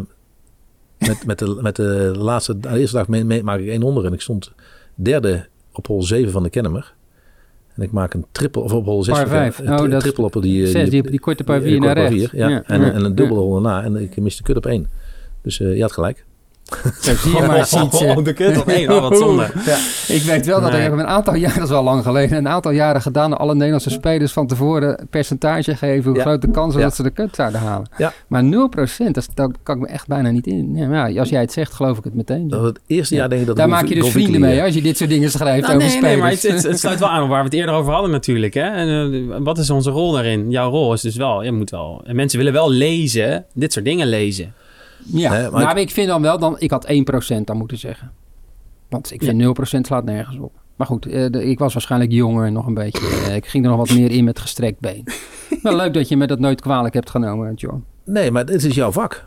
met de eerste dag maak ik 1 onder. En ik stond derde op hole 7 van de Kennemer. En ik maak een triple, of op hole 6. Par 5. Een triple op die korte par 4 naar rechts. En een dubbel hole daarna. En ik miste de kut op 1. Dus je had gelijk. Zo zie je maar ziet. De kut op 1, wat zonde. Ja. Ik weet wel dat ik heb een aantal jaren, dat is wel lang geleden, een aantal jaren gedaan, alle Nederlandse spelers van tevoren percentage geven, hoe groot de kans is dat ze de kut zouden halen. Ja. Maar 0%, dat kan ik me echt bijna niet in. Ja, als jij het zegt, geloof ik het meteen. Dat het eerste jaar denk ik dat... Daar maak je dus vrienden mee, als je dit soort dingen schrijft over spelers. Nee, maar het sluit wel aan op waar we het eerder over hadden natuurlijk. Hè? En, wat is onze rol daarin? Jouw rol is dus wel, je moet wel... En mensen willen wel lezen, dit soort dingen lezen. Ja, maar ik vind dan wel, ik had 1% dan moeten zeggen. Want ik vind 0% slaat nergens op. Maar goed, ik was waarschijnlijk jonger en nog een beetje... ik ging er nog wat meer in met gestrekt been. Wel leuk dat je me dat nooit kwalijk hebt genomen, John. Nee, maar dit is jouw vak.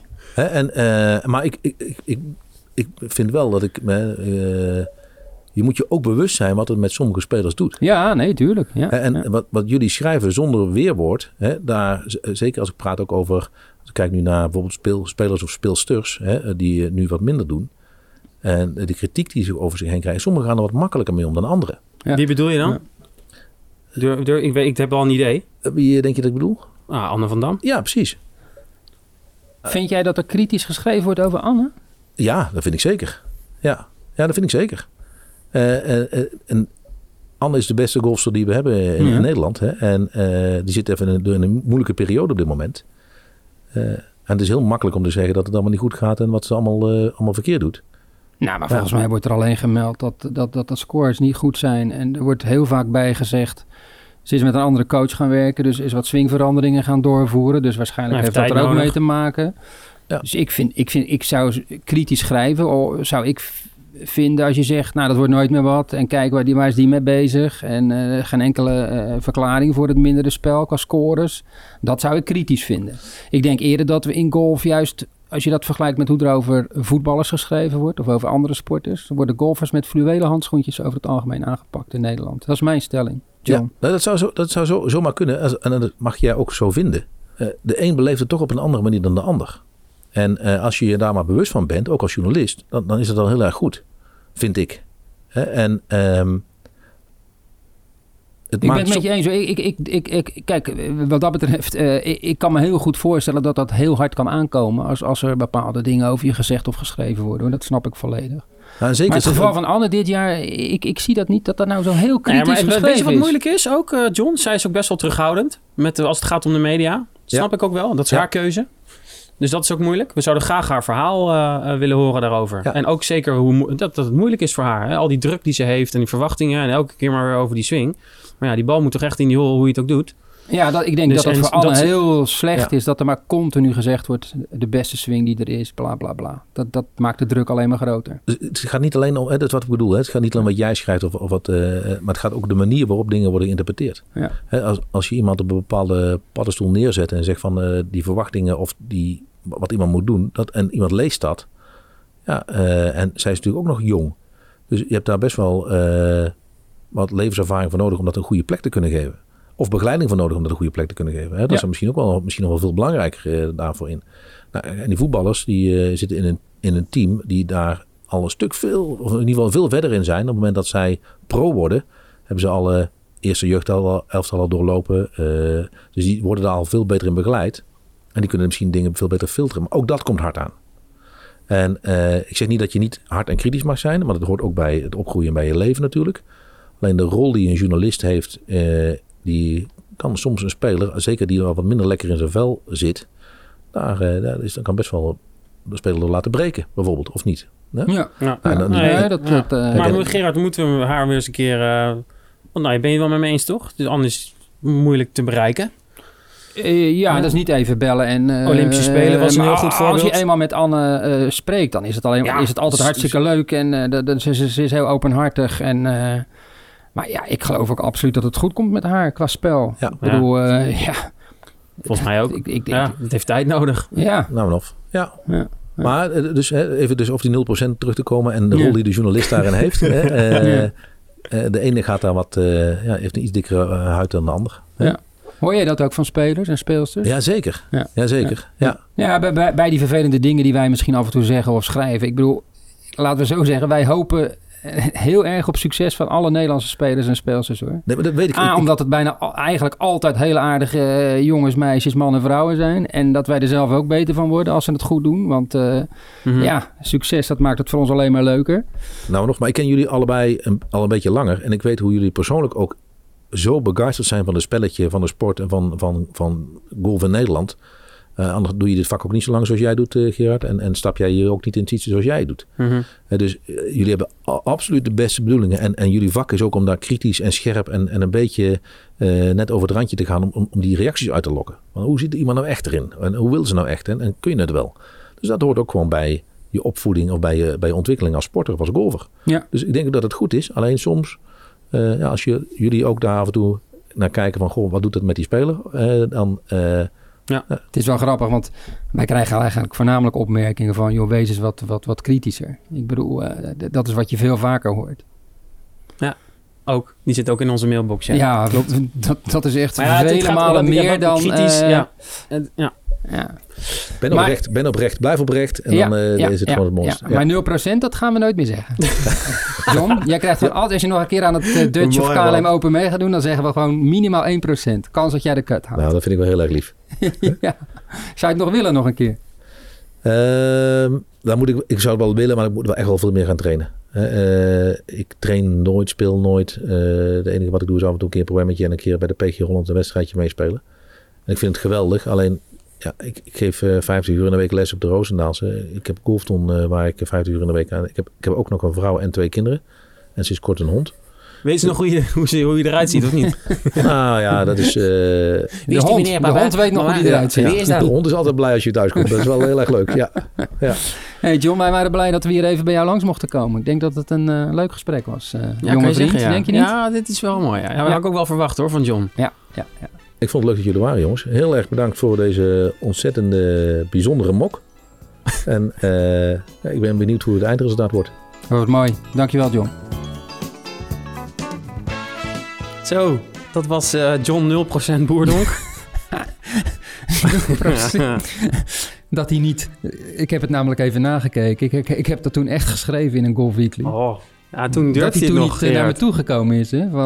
Maar ik vind wel dat je moet je ook bewust zijn wat het met sommige spelers doet. Ja, nee, tuurlijk. Ja, wat jullie schrijven zonder weerwoord... zeker als ik praat ook over... Als ik kijk nu naar bijvoorbeeld spelers of speelsters... die nu wat minder doen... en de kritiek die ze over zich heen krijgen... sommigen gaan er wat makkelijker mee om dan anderen. Ja. Wie bedoel je dan? Ja. Ik heb al een idee. Wie denk je dat ik bedoel? Anne van Dam. Ja, precies. Vind jij dat er kritisch geschreven wordt over Anne? Ja, dat vind ik zeker. Ja, dat vind ik zeker. En Anne is de beste golfster die we hebben in Nederland. Hè? En die zit even in een moeilijke periode op dit moment. En het is heel makkelijk om te zeggen dat het allemaal niet goed gaat... en wat ze allemaal verkeerd doet. Nou, maar volgens mij wordt er alleen gemeld dat de scores niet goed zijn. En er wordt heel vaak bij gezegd... Ze is met een andere coach gaan werken, dus is wat swingveranderingen gaan doorvoeren. Dus waarschijnlijk heeft dat er ook mee te maken. Ja. Dus ik zou kritisch schrijven, zou ik vinden als je zegt, nou dat wordt nooit meer wat. En kijk, waar is die mee bezig? En geen enkele verklaring voor het mindere spel qua scores. Dat zou ik kritisch vinden. Ik denk eerder dat we in golf juist, als je dat vergelijkt met hoe er over voetballers geschreven wordt of over andere sporters, dan worden golfers met fluwelen handschoentjes over het algemeen aangepakt in Nederland. Dat is mijn stelling. John. Ja, dat zou zomaar kunnen. En dat mag jij ook zo vinden. De een beleeft het toch op een andere manier dan de ander. En als je je daar maar bewust van bent, ook als journalist, dan is het al heel erg goed. Vind ik. En ik ben het met je eens. Kijk, wat dat betreft, ik kan me heel goed voorstellen dat dat heel hard kan aankomen als er bepaalde dingen over je gezegd of geschreven worden. Dat snap ik volledig. Ja, zeker. Maar in het geval van Anne dit jaar, ik zie dat niet, dat nou zo heel kritisch geschreven is. Weet je wat moeilijk is ook, John? Zij is ook best wel terughoudend als het gaat om de media. Dat snap ik ook wel. Dat is haar keuze. Dus dat is ook moeilijk. We zouden graag haar verhaal willen horen daarover. Ja. En ook zeker dat het moeilijk is voor haar. Hè? Al die druk die ze heeft en die verwachtingen. En elke keer maar weer over die swing. Maar ja, die bal moet toch echt in die hole hoe je het ook doet. Ja, ik denk dat voor Anne heel slecht is. Dat er maar continu gezegd wordt, de beste swing die er is, bla bla bla. Dat maakt de druk alleen maar groter. Dus het gaat niet alleen om, dat is wat ik bedoel. Hè? Het gaat niet alleen wat jij schrijft of wat, maar het gaat ook de manier waarop dingen worden geïnterpreteerd. Ja. Hè, als je iemand op een bepaalde paddenstoel neerzet en zegt van die verwachtingen of wat iemand moet doen. En iemand leest dat. Ja, en zij is natuurlijk ook nog jong. Dus je hebt daar best wel wat levenservaring voor nodig om dat een goede plek te kunnen geven. Of begeleiding voor nodig om dat een goede plek te kunnen geven. Hè? Dat is misschien nog wel veel belangrijker daarvoor in. Nou, en die voetballers die zitten in een team die daar al een stuk of in ieder geval veel verder in zijn. Op het moment dat zij pro worden, hebben ze alle eerste jeugdelftal al doorlopen. Dus die worden daar al veel beter in begeleid. En die kunnen misschien dingen veel beter filteren. Maar ook dat komt hard aan. En ik zeg niet dat je niet hard en kritisch mag zijn. Maar dat hoort ook bij het opgroeien en bij je leven natuurlijk. Alleen de rol die een journalist heeft, die kan soms een speler, zeker die wat minder lekker in zijn vel zit, dan kan best wel de speler laten breken, bijvoorbeeld, of niet. Nee? Ja. Maar Gerard, moeten we haar weer eens een keer... ben je wel met me eens, toch? Dus anders moeilijk te bereiken. Dat is niet even bellen en... Olympische Spelen was een heel goed voorbeeld. Als je eenmaal met Anne spreekt, dan is het altijd hartstikke leuk. En ze is heel openhartig. Maar ja, ik geloof ook absoluut dat het goed komt met haar qua spel. Ja. Ik bedoel, volgens mij ook. Het heeft tijd nodig. Ja. Nou en of. Ja. Maar even op die 0% terug te komen en de rol die de journalist daarin heeft. De ene gaat daar heeft een iets dikkere huid dan de ander. Ja. Hoor jij dat ook van spelers en speelsters? Jazeker. Ja, bij die vervelende dingen die wij misschien af en toe zeggen of schrijven. Ik bedoel, laten we zo zeggen, wij hopen heel erg op succes van alle Nederlandse spelers en speelsters, hoor. Nee, maar dat weet ik. Omdat het bijna eigenlijk altijd hele aardige jongens, meisjes, mannen en vrouwen zijn. En dat wij er zelf ook beter van worden als ze het goed doen. Want succes, dat maakt het voor ons alleen maar leuker. Nou maar ik ken jullie allebei al een beetje langer. En ik weet hoe jullie persoonlijk ook zo begeisterd zijn van het spelletje, van de sport en van golf in Nederland. Anders doe je dit vak ook niet zo lang zoals jij doet, Gerard. En stap jij hier ook niet in het iets zoals jij doet. Mm-hmm. Dus jullie hebben absoluut de beste bedoelingen. En jullie vak is ook om daar kritisch en scherp en een beetje net over het randje te gaan om die reacties uit te lokken. Want hoe zit iemand nou echt erin? En hoe wil ze nou echt? En kun je het wel? Dus dat hoort ook gewoon bij je opvoeding of bij je ontwikkeling als sporter of als golfer. Ja. Dus ik denk dat het goed is. Alleen soms, als jullie ook daar af en toe naar kijken van, goh, wat doet het met die speler? Dan... Ja. Het is wel grappig, want wij krijgen eigenlijk voornamelijk opmerkingen van, joh, wees eens wat kritischer. Ik bedoel, dat is wat je veel vaker hoort. Ja, ook. Die zit ook in onze mailbox. Ja, dat is echt vele malen meer dan... kritisch, Ben oprecht, blijf oprecht. En dan is het gewoon het monster. Ja. Maar 0%, dat gaan we nooit meer zeggen. John, jij krijgt gewoon altijd, als je nog een keer aan het Dutch of KLM Open mee gaat doen, dan zeggen we gewoon minimaal 1%. Kans dat jij de cut haalt. Nou, dat vind ik wel heel erg lief. Ja. Zou je het nog willen nog een keer? Ik zou het wel willen, maar ik moet wel echt wel veel meer gaan trainen. Ik train nooit, speel nooit. De enige wat ik doe is af en toe een keer een programmaatje en een keer bij de PG Holland een wedstrijdje meespelen. En ik vind het geweldig, alleen... Ja, ik geef 50 uur in de week les op de Roosendaalse. Ik heb golfton waar ik 50 uur in de week aan... Ik heb ook nog een vrouw en 2 kinderen. En sinds kort een hond. Weet je nog hoe je eruit ziet, of niet? Nou ja, dat is... de hond weet nog hoe die eruit ziet. De hond is altijd blij als je thuis komt. Dat is wel heel erg leuk, ja. Hey John, wij waren blij dat we hier even bij jou langs mochten komen. Ik denk dat het een leuk gesprek was. Jonge vriend, denk je niet? Ja, dit is wel mooi. Ja. Dat had ik ook wel verwacht, hoor, van John. Ja. Ik vond het leuk dat jullie waren, jongens. Heel erg bedankt voor deze ontzettende, bijzondere mok. En ik ben benieuwd hoe het eindresultaat wordt. Dat wordt mooi. Dankjewel, John. Zo, dat was John 0% Boerdonk. 0%. Dat hij niet... Ik heb het namelijk even nagekeken. Ik heb dat toen echt geschreven in een Golf Weekly. Oh. Ja, toen durfde hij nog niet naar me toegekomen is. Hè?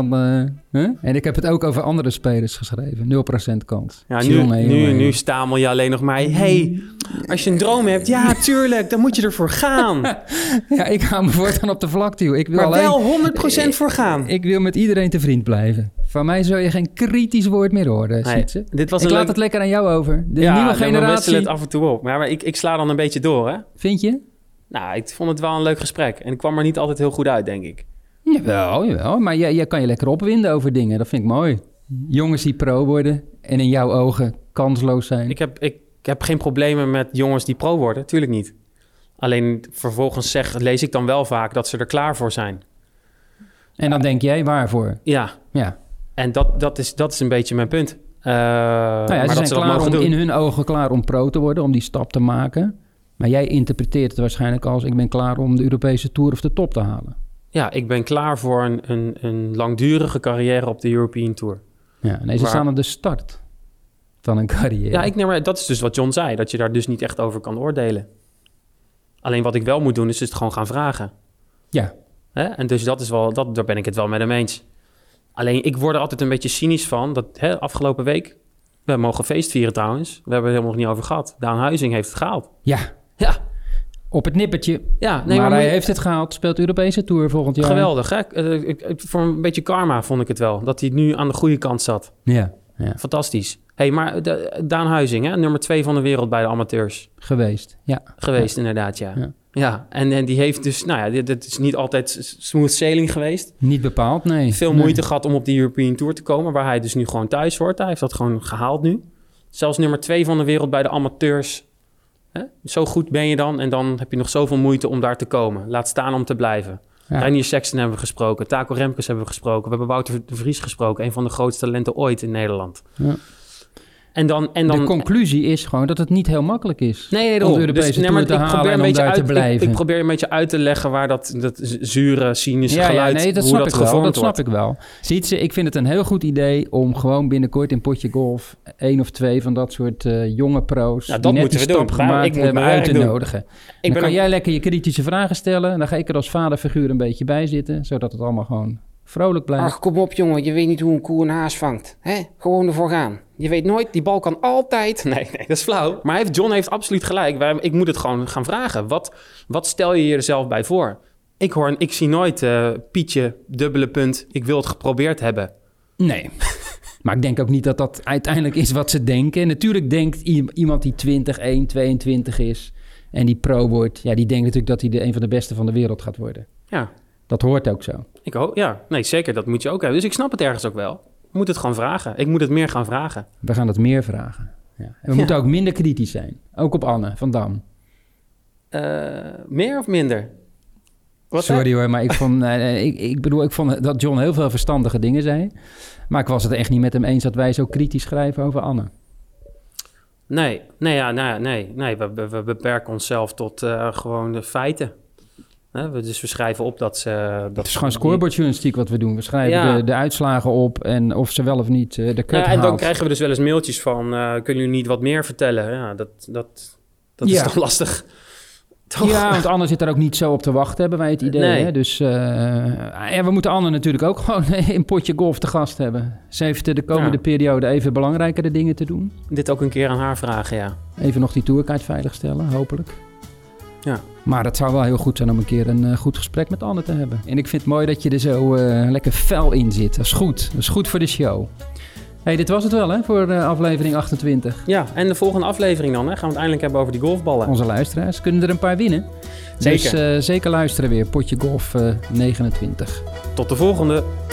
En ik heb het ook over andere spelers geschreven. 0% kans. Ja, nu stamel je alleen nog maar... Hey, als je een droom hebt, ja, tuurlijk, dan moet je ervoor gaan. Ja, ik hou me voortaan op de vlakte, joh. Ik wil maar wel 100% voor gaan. Ik wil met iedereen te vriend blijven. Van mij zul je geen kritisch woord meer horen, Sietse. Ik laat het lekker aan jou over. De nieuwe generatie... we wisselen het af en toe op. Maar ik sla dan een beetje door, hè? Vind je? Nou, ik vond het wel een leuk gesprek. En ik kwam er niet altijd heel goed uit, denk ik. Jawel. Maar jij kan je lekker opwinden over dingen. Dat vind ik mooi. Jongens die pro worden en in jouw ogen kansloos zijn. Ik heb geen problemen met jongens die pro worden. Tuurlijk niet. Alleen vervolgens lees ik dan wel vaak dat ze er klaar voor zijn. En dan denk jij, waarvoor? Ja. En dat is een beetje mijn punt. Maar ze zijn klaar in hun ogen klaar om pro te worden, om die stap te maken. Maar jij interpreteert het waarschijnlijk als... ik ben klaar om de Europese Tour of de top te halen. Ja, ik ben klaar voor een langdurige carrière op de European Tour. Ja, nee, ze staan aan de start van een carrière. Ja, maar dat is dus wat John zei. Dat je daar dus niet echt over kan oordelen. Alleen wat ik wel moet doen, is het gewoon gaan vragen. Ja. En dus dat is wel... daar ben ik het wel met hem eens. Alleen, ik word er altijd een beetje cynisch van... dat afgelopen week... we mogen feestvieren trouwens. We hebben het helemaal nog niet over gehad. Daan Huizing heeft het gehaald. Ja. Op het nippertje. Ja, maar hij heeft het gehaald. Speelt Europese Tour volgend jaar. Geweldig, hè? Voor een beetje karma vond ik het wel. Dat hij nu aan de goede kant zat. Ja. Fantastisch. Hey, maar Daan Huizing, hè? Nummer 2 van de wereld bij de amateurs. Geweest, inderdaad, ja. En die heeft dus... Nou ja, dit is niet altijd smooth sailing geweest. Niet bepaald, nee. Veel moeite gehad om op de European Tour te komen... waar hij dus nu gewoon thuis hoort. Hij heeft dat gewoon gehaald nu. Zelfs nummer 2 van de wereld bij de amateurs... Zo goed ben je dan en dan heb je nog zoveel moeite om daar te komen. Laat staan om te blijven. Ja. Reinier Sexton hebben we gesproken. Taco Remkes hebben we gesproken. We hebben Wouter de Vries gesproken. Een van de grootste talenten ooit in Nederland. Ja. En dan, de conclusie is gewoon dat het niet heel makkelijk is. Nee, om de Europese Tour te halen en om daar te blijven. Ik probeer een beetje uit te leggen waar dat zure, cynische geluid... dat snap ik wel. Sietse, ik vind het een heel goed idee om gewoon binnenkort in Potje Golf... 1 of 2 van dat soort jonge pro's... die net die stap gemaakt hebben uit te nodigen. Dan kan jij lekker je kritische vragen stellen... en dan ga ik er als vaderfiguur een beetje bij zitten... zodat het allemaal gewoon vrolijk blijft. Ach, kom op jongen, je weet niet hoe een koe een haas vangt. Hè? Gewoon ervoor gaan. Je weet nooit, die bal kan altijd... Nee, dat is flauw. Maar John heeft absoluut gelijk. Ik moet het gewoon gaan vragen. Wat stel je er zelf bij voor? Ik zie nooit Pietje, dubbele punt, ik wil het geprobeerd hebben. Nee. Maar ik denk ook niet dat dat uiteindelijk is wat ze denken. Natuurlijk denkt iemand die 20, 1, 22 is en die pro wordt... ja, die denkt natuurlijk dat hij een van de beste van de wereld gaat worden. Ja. Dat hoort ook zo. Nee, zeker. Dat moet je ook hebben. Dus ik snap het ergens ook wel. Ik moet het gewoon vragen. Ik moet het meer gaan vragen. We gaan het meer vragen. Ja. En we moeten ook minder kritisch zijn. Ook op Anne van Dam. Meer of minder? Sorry hoor, maar ik vond dat John heel veel verstandige dingen zei. Maar ik was het echt niet met hem eens dat wij zo kritisch schrijven over Anne. Nee. We beperken onszelf tot gewoon de feiten. Dus we schrijven op dat ze... Het is gewoon scorebordjournalistiek wat we doen. We schrijven de uitslagen op en of ze wel of niet de cut haalt. En dan krijgen we dus wel eens mailtjes van... kunnen jullie niet wat meer vertellen? Ja, dat is toch lastig. Toch? Ja, want Anne zit daar ook niet zo op te wachten, hebben wij het idee. Nee. Hè? Dus we moeten Anne natuurlijk ook gewoon in Potje Golf te gast hebben. Ze heeft de komende periode even belangrijkere dingen te doen. Dit ook een keer aan haar vragen, ja. Even nog die tourkaart veiligstellen, hopelijk. Ja. Maar het zou wel heel goed zijn om een keer een goed gesprek met Anne te hebben. En ik vind het mooi dat je er zo lekker fel in zit. Dat is goed. Dat is goed voor de show. Hey, dit was het wel, hè, voor aflevering 28. Ja, en de volgende aflevering dan, hè, gaan we het eindelijk hebben over die golfballen. Onze luisteraars kunnen er een paar winnen. Zeker. Dus zeker luisteren weer. Potje Golf 29. Tot de volgende.